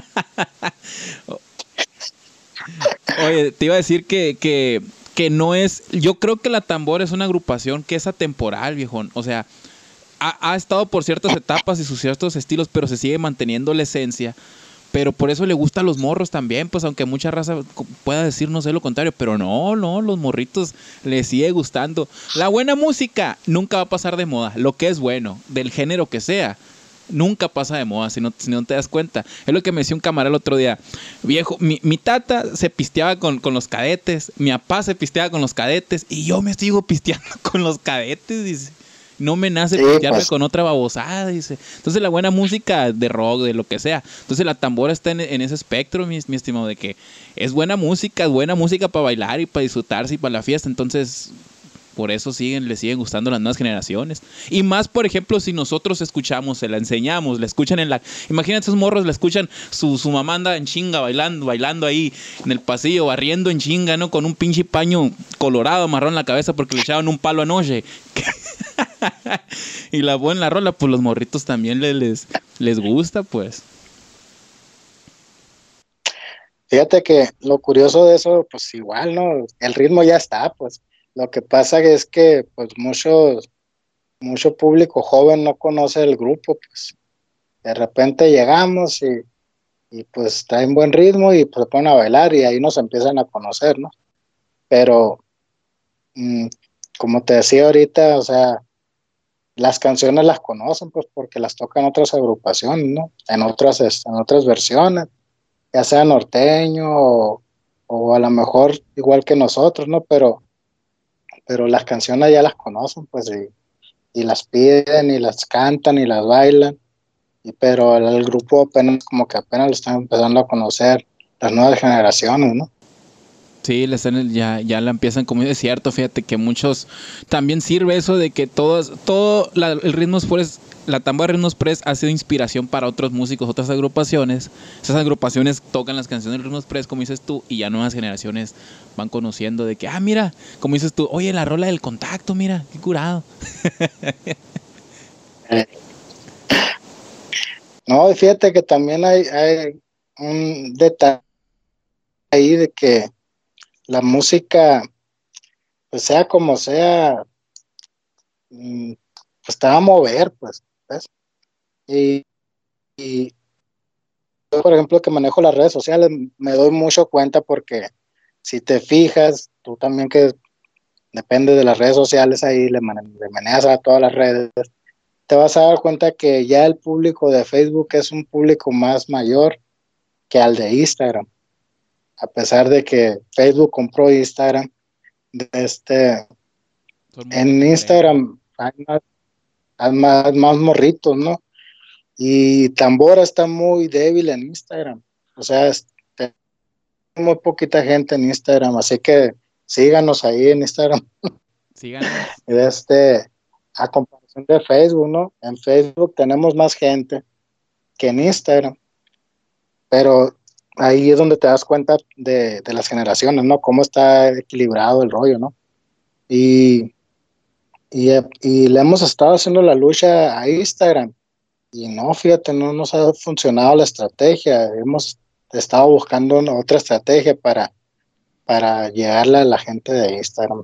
Oye, te iba a decir que no es. Yo creo que la Tambor es una agrupación que es atemporal, viejón. O sea, ha estado por ciertas etapas y sus ciertos estilos, pero se sigue manteniendo la esencia. Pero por eso le gusta a los morros también, pues aunque mucha raza pueda decir no sé lo contrario, pero no, los morritos les sigue gustando. La buena música nunca va a pasar de moda, lo que es bueno, del género que sea, nunca pasa de moda si no te das cuenta. Es lo que me decía un camarada el otro día. Viejo, mi tata se pisteaba con los cadetes, mi papá se pisteaba con los cadetes y yo me sigo pisteando con los cadetes, dice. No me nace sí, pistearme pues, con otra babosada, dice. Entonces la buena música de rock, de lo que sea. Entonces la tambora está en ese espectro, mi estimado, de que es buena música para bailar y para disfrutarse y para la fiesta. Entonces, por eso le siguen gustando las nuevas generaciones. Y más, por ejemplo, si nosotros escuchamos, se la enseñamos, la escuchan Imagínate esos morros, la escuchan, su mamá anda en chinga, bailando ahí en el pasillo, barriendo en chinga, ¿no? Con un pinche paño colorado amarrado en la cabeza porque le echaban un palo anoche. Y la buena rola, pues los morritos también les gusta, pues. fíjate que lo curioso de eso, pues igual, ¿no? El ritmo ya está, pues. Lo que pasa es que, pues, mucho público joven no conoce el grupo, pues. De repente llegamos y pues traen buen ritmo y pues se ponen a bailar y ahí nos empiezan a conocer, ¿no? Pero, mm, como te decía ahorita, o sea, las canciones las conocen, pues, porque las tocan otras agrupaciones, ¿no? En otras versiones, ya sea norteño o a lo mejor igual que nosotros, ¿no? Pero las canciones ya las conocen, pues, y las piden y las cantan y las bailan, pero el grupo apenas como que apenas lo están empezando a conocer las nuevas generaciones, ¿no? Sí, ya la empiezan como es cierto, fíjate que muchos también sirve eso de que el ritmo express, la tambora ritmo express ha sido inspiración para otros músicos, otras agrupaciones. Esas agrupaciones tocan las canciones del ritmo express, como dices tú, y ya nuevas generaciones van conociendo de que, mira, como dices tú, oye, la rola del Contacto, mira, qué curado. Eh, no, y fíjate que también hay un detalle ahí de que la música, pues sea como sea, pues te va a mover, pues, ¿ves? Y, y yo, por ejemplo, que manejo las redes sociales, me doy mucho cuenta porque si te fijas, tú también que depende de las redes sociales ahí, le manejas a todas las redes, te vas a dar cuenta que ya el público de Facebook es un público más mayor que al de Instagram, a pesar de que Facebook compró Instagram, de Son morros en diferentes. Instagram hay más morritos, ¿no? Y Tambora está muy débil en Instagram, o sea, muy poquita gente en Instagram, así que síganos ahí en Instagram. Síganos. A comparación de Facebook, ¿no? En Facebook tenemos más gente que en Instagram, pero ahí es donde te das cuenta de las generaciones, ¿no? Cómo está equilibrado el rollo, ¿no? Y, y le hemos estado haciendo la lucha a Instagram y no, fíjate, no nos ha funcionado la estrategia. Hemos estado buscando otra estrategia para llegarle a la gente de Instagram.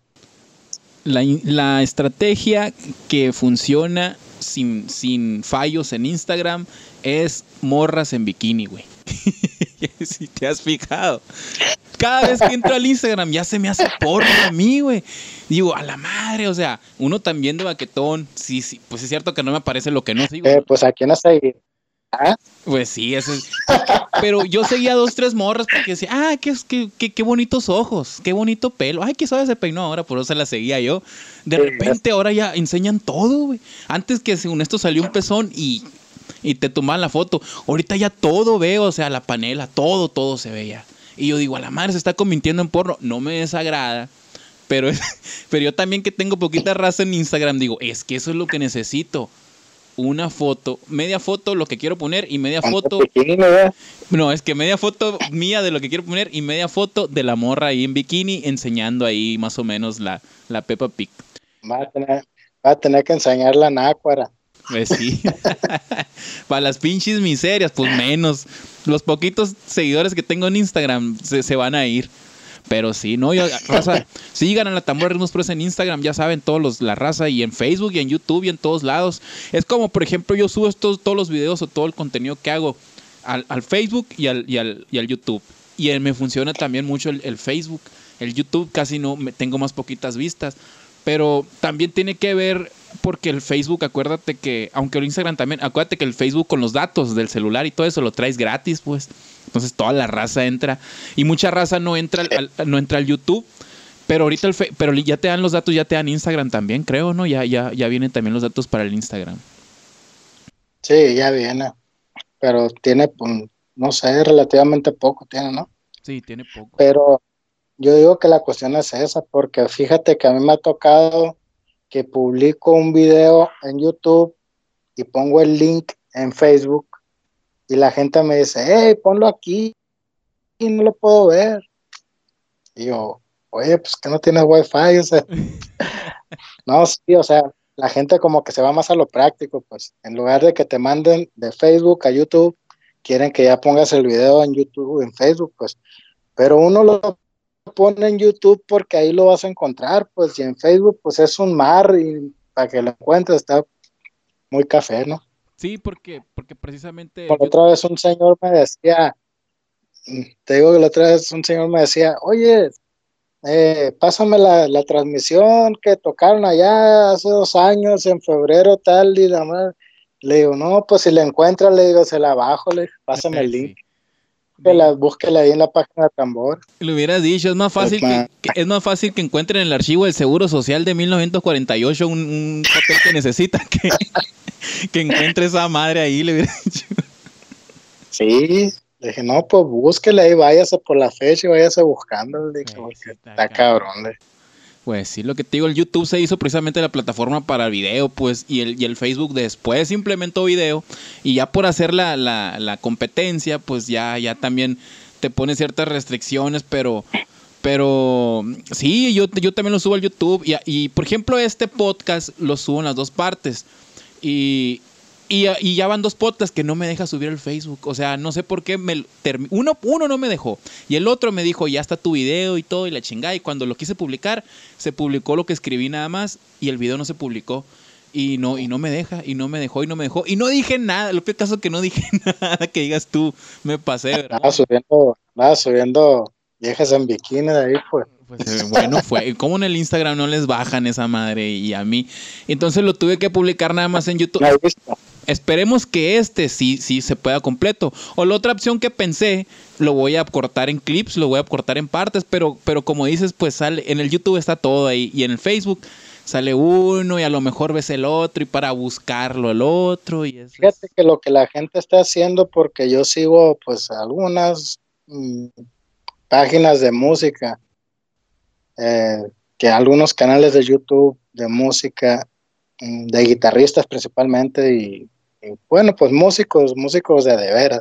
La estrategia que funciona sin fallos en Instagram es morras en bikini, güey. Si te has fijado. Cada vez que entro al Instagram ya se me hace porno a mí, güey. Digo, a la madre, o sea, uno también de baquetón. Sí, pues es cierto que no me aparece lo que no sigo. Pues a quién has seguido. ¿Ah? Pues sí, eso es. Pero yo seguía 2, 3 morras porque decía, qué bonitos ojos, qué bonito pelo. Ay, qué suave se peinó ahora, por eso se la seguía yo. De repente ahora ya enseñan todo, güey. Antes que según esto salió un pezón y te tomaban la foto. Ahorita ya todo veo, o sea, la panela, todo se veía. Y yo digo, a la madre se está convirtiendo en porno. No me desagrada. Pero yo también que tengo poquita raza en Instagram, digo, es que eso es lo que necesito. Una foto, media foto lo que quiero poner y media foto. No, es que media foto mía de lo que quiero poner y media foto de la morra ahí en bikini enseñando ahí más o menos la Peppa Pig. Va a tener que enseñar la nácuara. Pues sí. Para las pinches miserias, pues menos. Los poquitos seguidores que tengo en Instagram se van a ir. Pero sí, no, raza, sigan a la Tambora Ritmos Press en Instagram, ya saben, la raza, y en Facebook, y en YouTube, y en todos lados. Es como, por ejemplo, yo subo todos los videos o todo el contenido que hago al Facebook y al YouTube. Y me funciona también mucho el Facebook. El YouTube casi no, tengo más poquitas vistas. Pero también tiene que ver porque el Facebook, acuérdate que, aunque el Instagram también, acuérdate que el Facebook con los datos del celular y todo eso lo traes gratis, pues. Entonces toda la raza entra. Y mucha raza no entra al YouTube. Pero ahorita pero ya te dan los datos, ya te dan Instagram también, creo, ¿no? Ya vienen también los datos para el Instagram. Sí, ya viene. Pero tiene, no sé, relativamente poco tiene, ¿no? Sí, tiene poco. Pero yo digo que la cuestión es esa, porque fíjate que a mí me ha tocado que publico un video en YouTube y pongo el link en Facebook y la gente me dice, hey, ponlo aquí y no lo puedo ver. Y yo, oye, pues que no tienes wifi, o sea, no, sí, o sea, la gente como que se va más a lo práctico, pues, en lugar de que te manden de Facebook a YouTube, quieren que ya pongas el video en YouTube, en Facebook, pues, pero uno lo pone en YouTube porque ahí lo vas a encontrar, pues, y en Facebook, pues, es un mar y para que lo encuentres está muy café, ¿no? Sí, porque precisamente... Por otra vez un señor me decía, te digo que la otra vez un señor me decía, oye, pásame la transmisión que tocaron allá hace 2 años, en febrero, tal, y la madre. Le digo, no, pues si la encuentra, le digo, se la bajo, le digo, pásame el link. Sí. Búsquela ahí en la página de Tambor. Le hubieras dicho, es más fácil es más fácil que encuentren en el archivo del Seguro Social de 1948 un papel que necesita que encuentre esa madre ahí, le hubiera dicho. Sí, le dije, no, pues búsquela ahí, váyase por la fecha y váyase buscando. Le dije, sí, está cabrón. Pues sí, lo que te digo, el YouTube se hizo precisamente la plataforma para video, pues, y el Facebook después implementó video, y ya por hacer la competencia, pues ya también te pone ciertas restricciones, pero sí, yo también lo subo al YouTube, y por ejemplo este podcast lo subo en las 2 partes, y ya van 2 podcasts que no me deja subir al Facebook. O sea, no sé por qué uno no me dejó. Y el otro me dijo, ya está tu video y todo, y la chingada. Y cuando lo quise publicar, se publicó lo que escribí nada más, y el video no se publicó. Y no me deja, y no me dejó, y no me dejó. Y no dije nada, lo peor caso es que no dije nada, que digas tú, me pasé, ¿verdad? Nada, subiendo viejas en bikini de ahí, pues. Bueno, como en el Instagram no les bajan esa madre y a mí. Entonces lo tuve que publicar nada más en YouTube. Esperemos que sí se pueda completo. O la otra opción que pensé, lo voy a cortar en clips, lo voy a cortar en partes, pero como dices, pues sale, en el YouTube está todo ahí, y en el Facebook sale uno y a lo mejor ves el otro y para buscarlo el otro. Y eso. Fíjate que lo que la gente está haciendo, porque yo sigo pues algunas páginas de música, que algunos canales de YouTube de música, de guitarristas principalmente, y bueno, pues músicos de veras.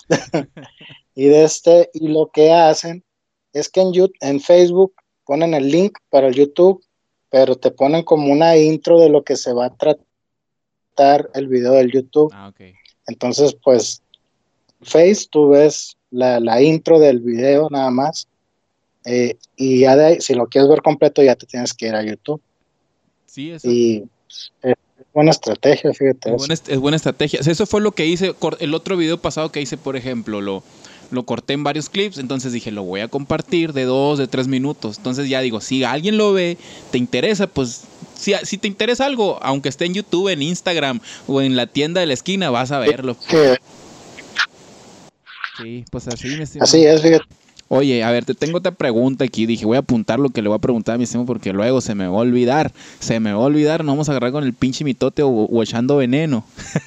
Y lo que hacen es que en Facebook ponen el link para el YouTube, pero te ponen como una intro de lo que se va a tratar el video del YouTube. Ah, ok. Entonces, pues, Face, tú ves la intro del video nada más, y ya de ahí, si lo quieres ver completo, ya te tienes que ir a YouTube. Sí, eso Y es buena estrategia, fíjate eso. es buena estrategia. O sea, eso fue lo que hice. El otro video pasado que hice, por ejemplo, lo corté en varios clips. Entonces dije, lo voy a compartir de 2, de 3 minutos. Entonces ya digo, si alguien lo ve, te interesa, pues si te interesa algo, aunque esté en YouTube, en Instagram o en la tienda de la esquina, vas a verlo. Sí, pues así, mi estimado. Así es, fíjate. Oye, a ver, te tengo otra pregunta aquí. Dije, voy a apuntar lo que le voy a preguntar a mi estimado porque luego se me va a olvidar. Se me va a olvidar, no vamos a agarrar con el pinche mitote o echando veneno.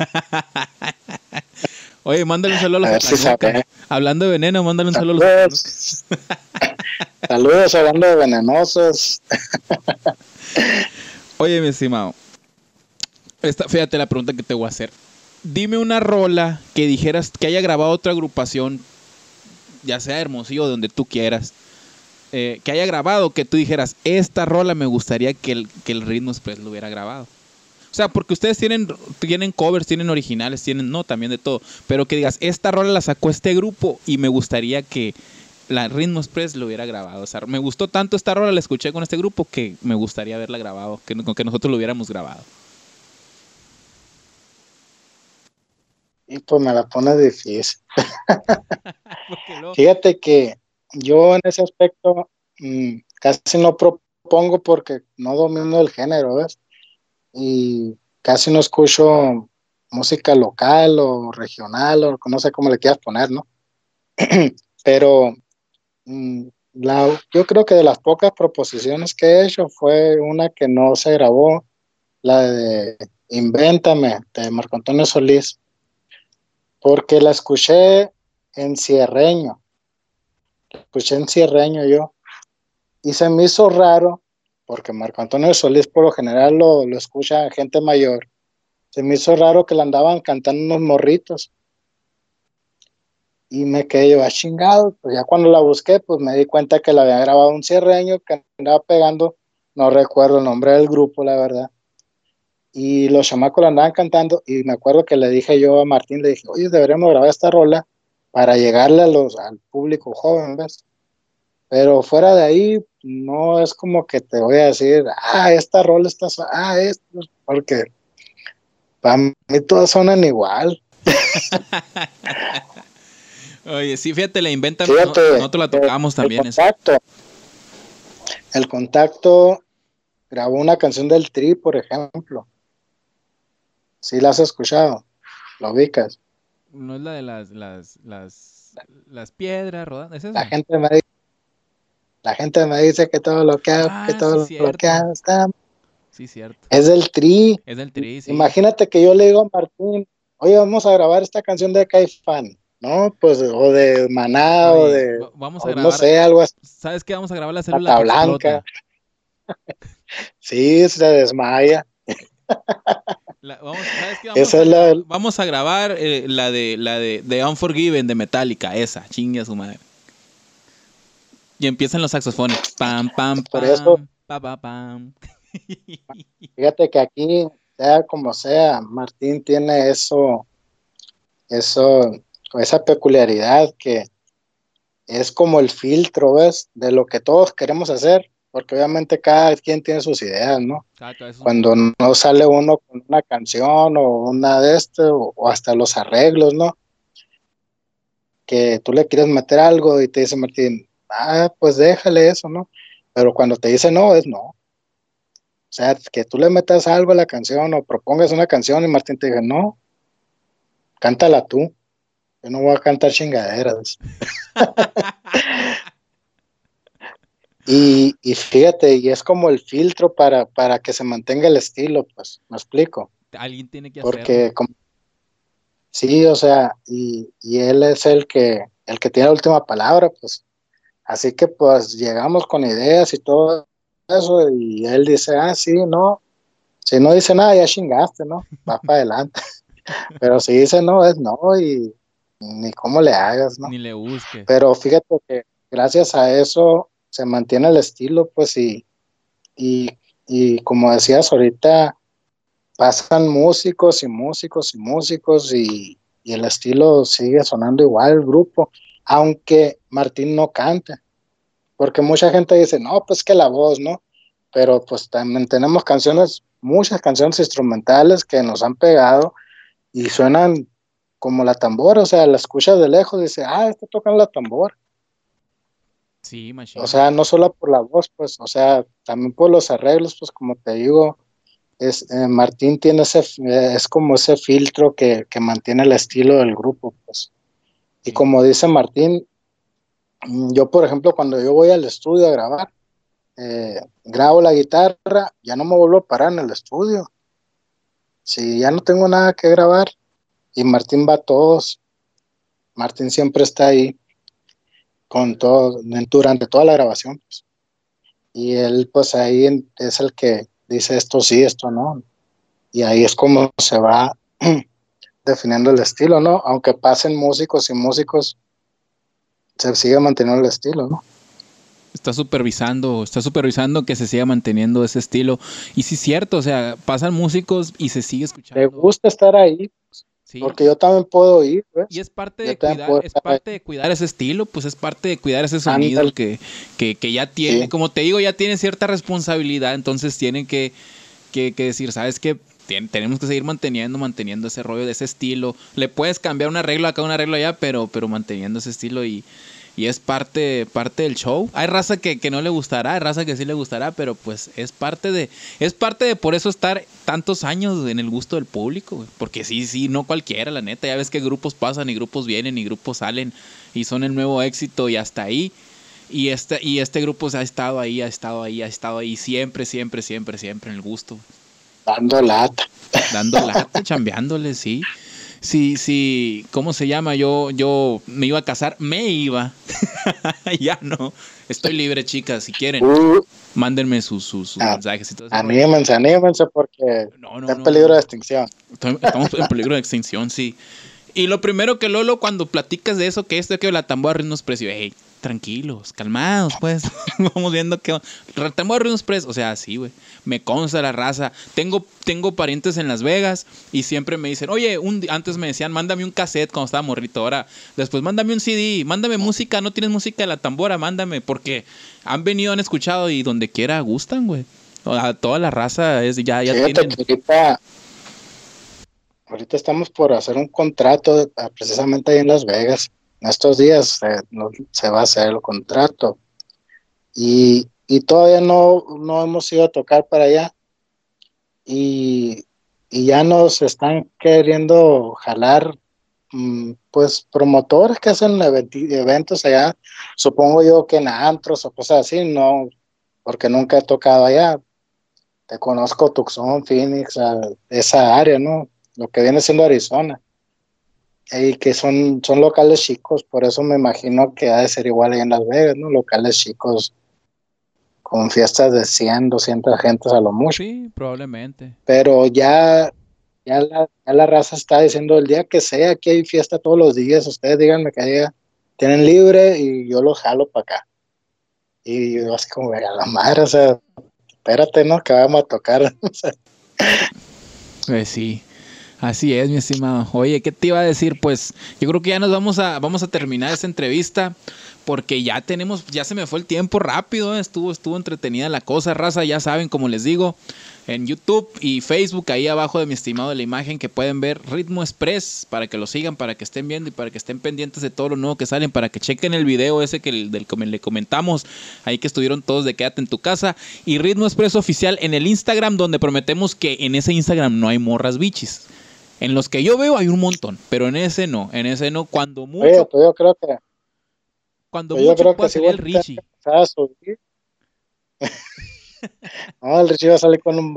Oye, mándale un saludo a los Atlacocas. Hablando de veneno, mándale un saludo a los Atlacocas. Saludos, hablando de venenosos. Oye, mi estimado, fíjate la pregunta que te voy a hacer. Dime una rola que dijeras que haya grabado otra agrupación, ya sea Hermosillo, donde tú quieras, que haya grabado, que tú dijeras, esta rola me gustaría que el Ritmo Express lo hubiera grabado. O sea, porque ustedes tienen covers, tienen originales, tienen, no, también de todo. Pero que digas, esta rola la sacó este grupo y me gustaría que la Ritmo Express lo hubiera grabado. O sea, me gustó tanto esta rola, la escuché con este grupo que me gustaría haberla grabado, que nosotros lo hubiéramos grabado. Y pues me la pone difícil. Fíjate que yo en ese aspecto casi no propongo porque no domino el género, ¿ves? Y casi no escucho música local o regional o no sé cómo le quieras poner, ¿no? Pero yo creo que de las pocas proposiciones que he hecho fue una que no se grabó, la de Invéntame, de Marco Antonio Solís, porque la escuché en cierreño yo, y se me hizo raro, porque Marco Antonio Solís por lo general lo escucha gente mayor, se me hizo raro que la andaban cantando unos morritos, y me quedé yo, chingado, pues ya cuando la busqué, pues me di cuenta que la había grabado un cierreño que andaba pegando, no recuerdo el nombre del grupo, la verdad, y los chamacos la andaban cantando, y me acuerdo que le dije yo a Martín, le dije, oye, deberíamos grabar esta rola para llegarle al público joven, ¿ves? Pero fuera de ahí, no es como que te voy a decir, esta rola está, esto, porque para mí todas suenan igual. Oye, sí, fíjate, la Invéntame, nosotros la tocamos también. El Contacto grabó una canción del Tri, por ejemplo. ¿Sí la has escuchado? ¿Lo ubicas? No es la de las piedras rodantes, ¿es esa? La gente me dice que todo lo que hago, sí, lo que hago está... Sí, cierto. Es del Tri. Es del Tri, sí. Imagínate que yo le digo a Martín, oye, vamos a grabar esta canción de Caifán, ¿no? Pues, o de Maná, oye, o de, vamos a grabar, no sé, algo así. ¿Sabes qué? Vamos a grabar la célula Rata que Blanca. explota. Sí, se desmaya. ¿Sabes qué? Vamos a grabar la de Unforgiven de Metallica, esa, chingue a su madre. Y empiezan los saxofones. Pam, pam, pam. Por eso, pam, pam. fíjate que aquí, sea como sea, Martín tiene esa peculiaridad que es como el filtro, ¿ves? De lo que todos queremos hacer, porque obviamente cada quien tiene sus ideas, ¿no? Cuando no sale uno con una canción o una de o hasta los arreglos, ¿no? Que tú le quieres meter algo y te dice Martín, pues déjale eso, ¿no? Pero cuando te dice no, es no. O sea, que tú le metas algo a la canción o propongas una canción y Martín te dice, no, cántala tú. Yo no voy a cantar chingaderas. Y fíjate, y es como el filtro para que se mantenga el estilo, pues, me explico. Alguien tiene que porque sí, o sea, y él es el que tiene la última palabra, pues, Así que pues llegamos con ideas y todo eso, y él dice, ah, sí, no, si no dice nada, ya chingaste, ¿no? Vas para adelante. Pero si dice no, es no, y ni cómo le hagas, ¿no? Ni le busques. Pero fíjate que gracias a eso se mantiene el estilo, pues, y, y como decías ahorita, pasan músicos y músicos y músicos, y el estilo sigue sonando igual, el grupo, aunque Martín no cante, porque mucha gente dice, no, pues que la voz, ¿no? Pero pues también tenemos canciones, muchas canciones instrumentales que nos han pegado y suenan como la tambora, o sea, la escuchas de lejos y dice, ah, está tocando la tambora. Sí, O machine. sea, no solo por la voz, pues, o sea, también por los arreglos, pues como te digo, Martín tiene es como ese filtro que mantiene el estilo del grupo, pues. Y Sí. como dice Martín, yo, por ejemplo, cuando yo voy al estudio a grabar, grabo la guitarra, ya no me vuelvo a parar en el estudio. Si ya no tengo nada que grabar, y Martín va a todos, Martín siempre está ahí con todo, durante toda la grabación, pues. Y él, pues ahí es el que dice esto sí, esto no. Y ahí es como se va definiendo el estilo, ¿no? Aunque pasen músicos y músicos, se sigue manteniendo el estilo, ¿no? Está supervisando que se siga manteniendo ese estilo. Y sí es cierto, o sea, pasan músicos y se sigue Le escuchando. gusta estar ahí, Sí. porque yo también puedo ir, Y ¿ves? es parte Yo de también cuidar, puedo es estar ahí. parte de cuidar ese estilo, pues es parte de cuidar ese sonido Ándale, que ya tiene, sí. como te digo, ya tiene cierta responsabilidad, entonces tienen que decir, ¿sabes qué? Tenemos que seguir manteniendo ese rollo de ese estilo. Le puedes cambiar un arreglo acá, un arreglo allá, pero manteniendo ese estilo y es parte del show. Hay raza que no le gustará, hay raza que sí le gustará, pero pues es parte de por eso estar tantos años en el gusto del público, güey. Porque sí, no cualquiera, la neta. Ya ves que grupos pasan y grupos vienen y grupos salen y son el nuevo éxito y hasta ahí. Y este grupo ha estado ahí, ha estado ahí, ha estado ahí siempre, siempre, siempre, siempre en el gusto. Dando lata. Dando lata, chambeándole, sí. Sí, sí, ¿cómo se llama? Yo me iba a casar, me iba. Ya no. Estoy libre, chicas, si quieren. Uh, Mándenme sus ah, mensajes y todo ese rollo. anímense porque No, está no, en no, no, peligro de no. extinción. Estamos en peligro de extinción, sí. Y lo primero que Lolo, cuando platicas de eso, que la tambora ritmos precio, hey, tranquilos, calmados, pues. Vamos viendo que la tambora ritmos precio, o sea, sí, güey. Me consta la raza. Tengo parientes en Las Vegas y siempre me dicen, oye, antes me decían, mándame un cassette cuando estaba morrito. Ahora, después, mándame un CD, mándame música, no tienes música de la tambora, mándame, porque han venido, han escuchado y donde quiera gustan, güey. O sea, toda la raza ya Fíjate tienen. que ahorita estamos por hacer un contrato precisamente ahí en Las Vegas. En estos días se va a hacer el contrato y todavía no hemos ido a tocar para allá y, y ya nos están queriendo jalar, pues promotores que hacen eventos allá, supongo yo que en antros o cosas así, no, porque nunca he tocado allá. Te conozco Tucson, Phoenix, esa área, ¿no? Lo que viene siendo Arizona. Y que son locales chicos, por eso me imagino que ha de ser igual ahí en Las Vegas, ¿no? Locales chicos con fiestas de 100 200 gentes a lo mucho. Sí, probablemente. Pero ya la raza está diciendo el día que sea, aquí hay fiesta todos los días, ustedes díganme que día tienen libre y yo los jalo para acá. Y yo así como, a la madre, o sea, espérate, ¿no? Que vamos a tocar. O sea, Pues sí. Así es, mi estimado. Oye, ¿qué te iba a decir? Pues yo creo que ya vamos a terminar esta entrevista porque ya se me fue el tiempo rápido, estuvo entretenida la cosa, raza, ya saben, como les digo, en YouTube y Facebook, ahí abajo de mi estimado de la imagen que pueden ver Ritmo Express, para que lo sigan, para que estén viendo y para que estén pendientes de todo lo nuevo que salen, para que chequen el video ese del que le comentamos, ahí que estuvieron todos de Quédate en tu casa, y Ritmo Express oficial en el Instagram, donde prometemos que en ese Instagram no hay morras bichis. En los que yo veo hay un montón, pero en ese no, cuando oye, mucho, cuando pues yo mucho creo puede que sí salir voy el a Richie. empezar a subir. No, el Richie va a salir con un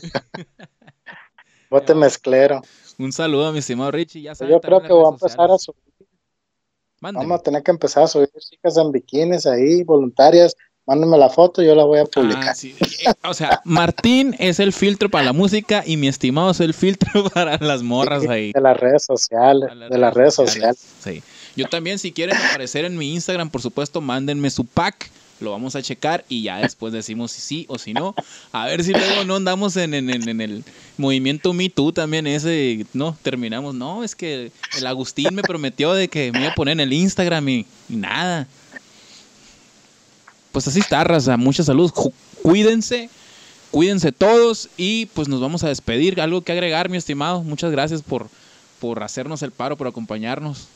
bote Eh, mezclero. Un saludo a mi estimado Richie, ya Pues saben yo también creo las que voy redes a empezar a sociales. subir. Mándeme. Vamos a tener que empezar a subir chicas en bikinis ahí, voluntarias. Mándenme la foto, yo la voy a publicar. Sí. O sea, Martín es el filtro para la música y mi estimado es el filtro para las morras ahí. De las redes sociales, De las redes sociales. Sí. Yo también, si quieren aparecer en mi Instagram, por supuesto, mándenme su pack. Lo vamos a checar y ya después decimos si sí o si no. A ver si luego no andamos en el movimiento Me Too también ese, no, terminamos. No, es que el Agustín me prometió de que me iba a poner en el Instagram y nada. Pues así está, raza. Mucha salud. Cuídense todos y pues nos vamos a despedir. Algo que agregar, mi estimado. Muchas gracias por hacernos el paro, por acompañarnos.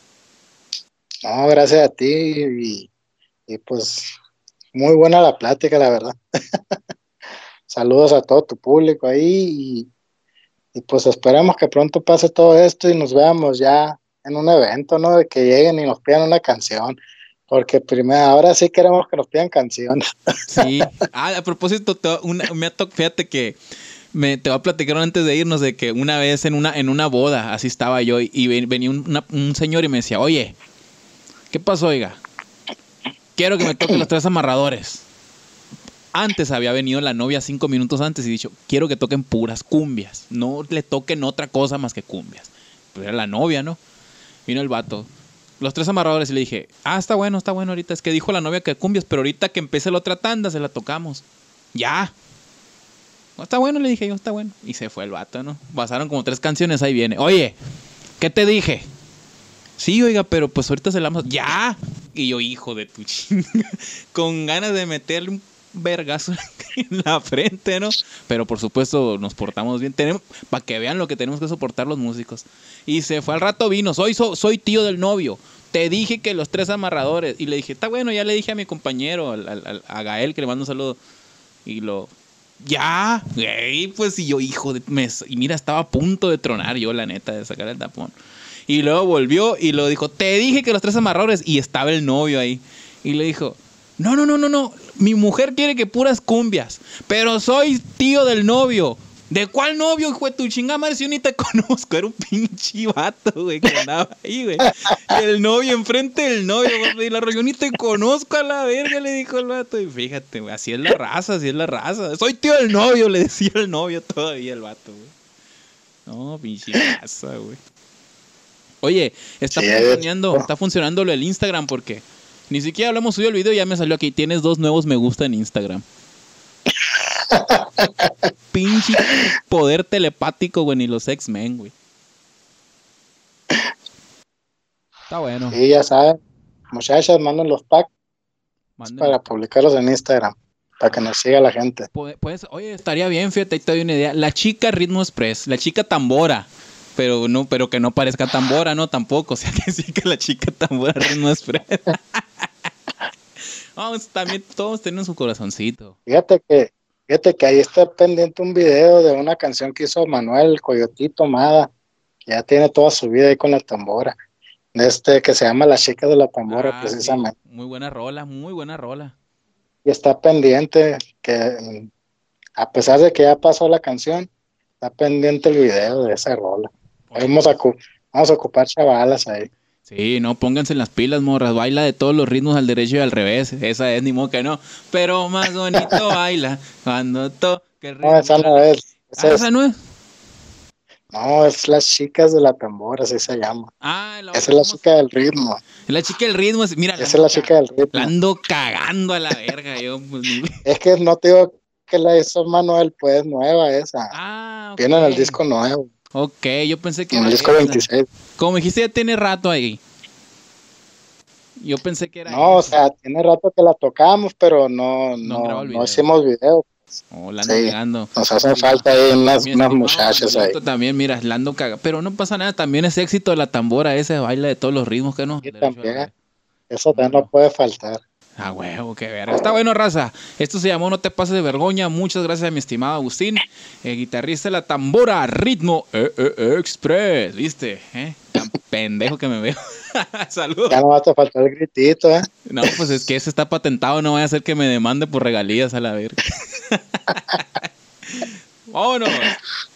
No, gracias a ti y pues muy buena la plática, la verdad. Saludos a todo tu público ahí y pues esperamos que pronto pase todo esto y nos veamos ya en un evento, ¿no? De que lleguen y nos pidan una canción. Porque primero, ahora sí queremos que nos pidan canciones. Sí. A propósito, fíjate que te voy a platicar antes de irnos de que una vez en una boda, así estaba yo, y venía un señor y me decía, oye, ¿qué pasó, oiga? Quiero que me toquen los 3 amarradores. Antes había venido la novia 5 minutos antes y dicho, quiero que toquen puras cumbias. No le toquen otra cosa más que cumbias. Pues era la novia, ¿no? Vino el vato. Los 3 amarradores y le dije, está bueno ahorita. Es que dijo la novia que cumbias, pero ahorita que empiece la otra tanda se la tocamos. Ya. No, está bueno, le dije yo, está bueno. Y se fue el vato, ¿no? Pasaron como 3 canciones, ahí viene. Oye, ¿qué te dije? Sí, oiga, pero pues ahorita se la vamos. ¡Ya! Y yo, hijo de tu chinga, con ganas de meterle un vergazo en la frente, ¿no? Pero por supuesto nos portamos bien. Para que vean lo que tenemos que soportar los músicos. Y se fue al rato vino. Soy tío del novio. Te dije que los 3 amarradores. Y le dije, está bueno, ya le dije a mi compañero, a Gael, que le mando un saludo. Y ya, pues y yo, hijo de... y mira, estaba a punto de tronar yo, la neta, de sacar el tapón. Y luego volvió y lo dijo, te dije que los 3 amarradores. Y estaba el novio ahí. Y le dijo, no. Mi mujer quiere que puras cumbias. Pero soy tío del novio. ¿De cuál novio, hijo de tu chingada madre? Si yo ni te conozco. Era un pinche vato, güey, que andaba ahí, güey. Y el novio enfrente del novio, güey. Y la rollo, ni te conozco a la verga, le dijo el vato. Y fíjate, güey, así es la raza. Soy tío del novio, le decía el novio todavía el vato, güey. No, pinche raza, güey. Oye, está funcionando lo del Instagram porque ni siquiera hablamos subido el video y ya me salió aquí. Tienes 2 nuevos me gusta en Instagram. Pinche poder telepático, güey, ni los X-Men, güey. Está bueno. Sí, ya saben. Muchachas, manden los packs para publicarlos en Instagram, para que nos siga la gente. Pues, oye, estaría bien, fíjate, ahí te doy una idea. La chica Ritmo Express, la chica tambora. Pero que no parezca tambora, ¿no? Tampoco. O sea, que sí que la chica tambora Ritmo Express. Vamos, también todos tienen su corazoncito. Fíjate que ahí está pendiente un video de una canción que hizo Manuel Coyotito Mada, que ya tiene toda su vida ahí con la tambora. Que se llama La Chica de la Tambora, precisamente. Sí. Muy buena rola. Y está pendiente que, a pesar de que ya pasó la canción, está pendiente el video de esa rola. Vamos a ocupar chavalas ahí. Sí, no, pónganse las pilas, morras. Baila de todos los ritmos al derecho y al revés. Esa es, ni modo que no. Pero más bonito baila cuando toque el ritmo. No, esa no es. ¿Esa no es? No, es Las Chicas de la Tambora, así se llama. Esa es la chica del ritmo. Es la chica del ritmo. Mira, esa es la chica del ritmo. La ando cagando a la verga. Yo, pues, es que no te digo que la hizo Manuel, pues nueva esa. Okay. Viene en el disco nuevo. Ok, yo pensé que en el disco 26. Como dijiste, ya tiene rato ahí. Yo pensé que era. No, o sea, tiene rato que la tocamos, pero no hicimos video. La ando cagando. Nos hacen falta ahí unas muchachas ahí. También, mira, la ando cagando. Pero no pasa nada, también es éxito de la tambora, ese baile de todos los ritmos que no. Sí, también. Eso también no puede faltar. Huevo, qué verga. Está bueno, raza. Esto se llamó No te pases de vergüenza. Muchas gracias a mi estimado Agustín, guitarrista de la tambora Ritmo Express. ¿Viste? Tan pendejo que me veo. Saludos. Ya no va a faltar el gritito, No, pues es que ese está patentado. No vaya a ser que me demande por regalías a la verga. Vámonos.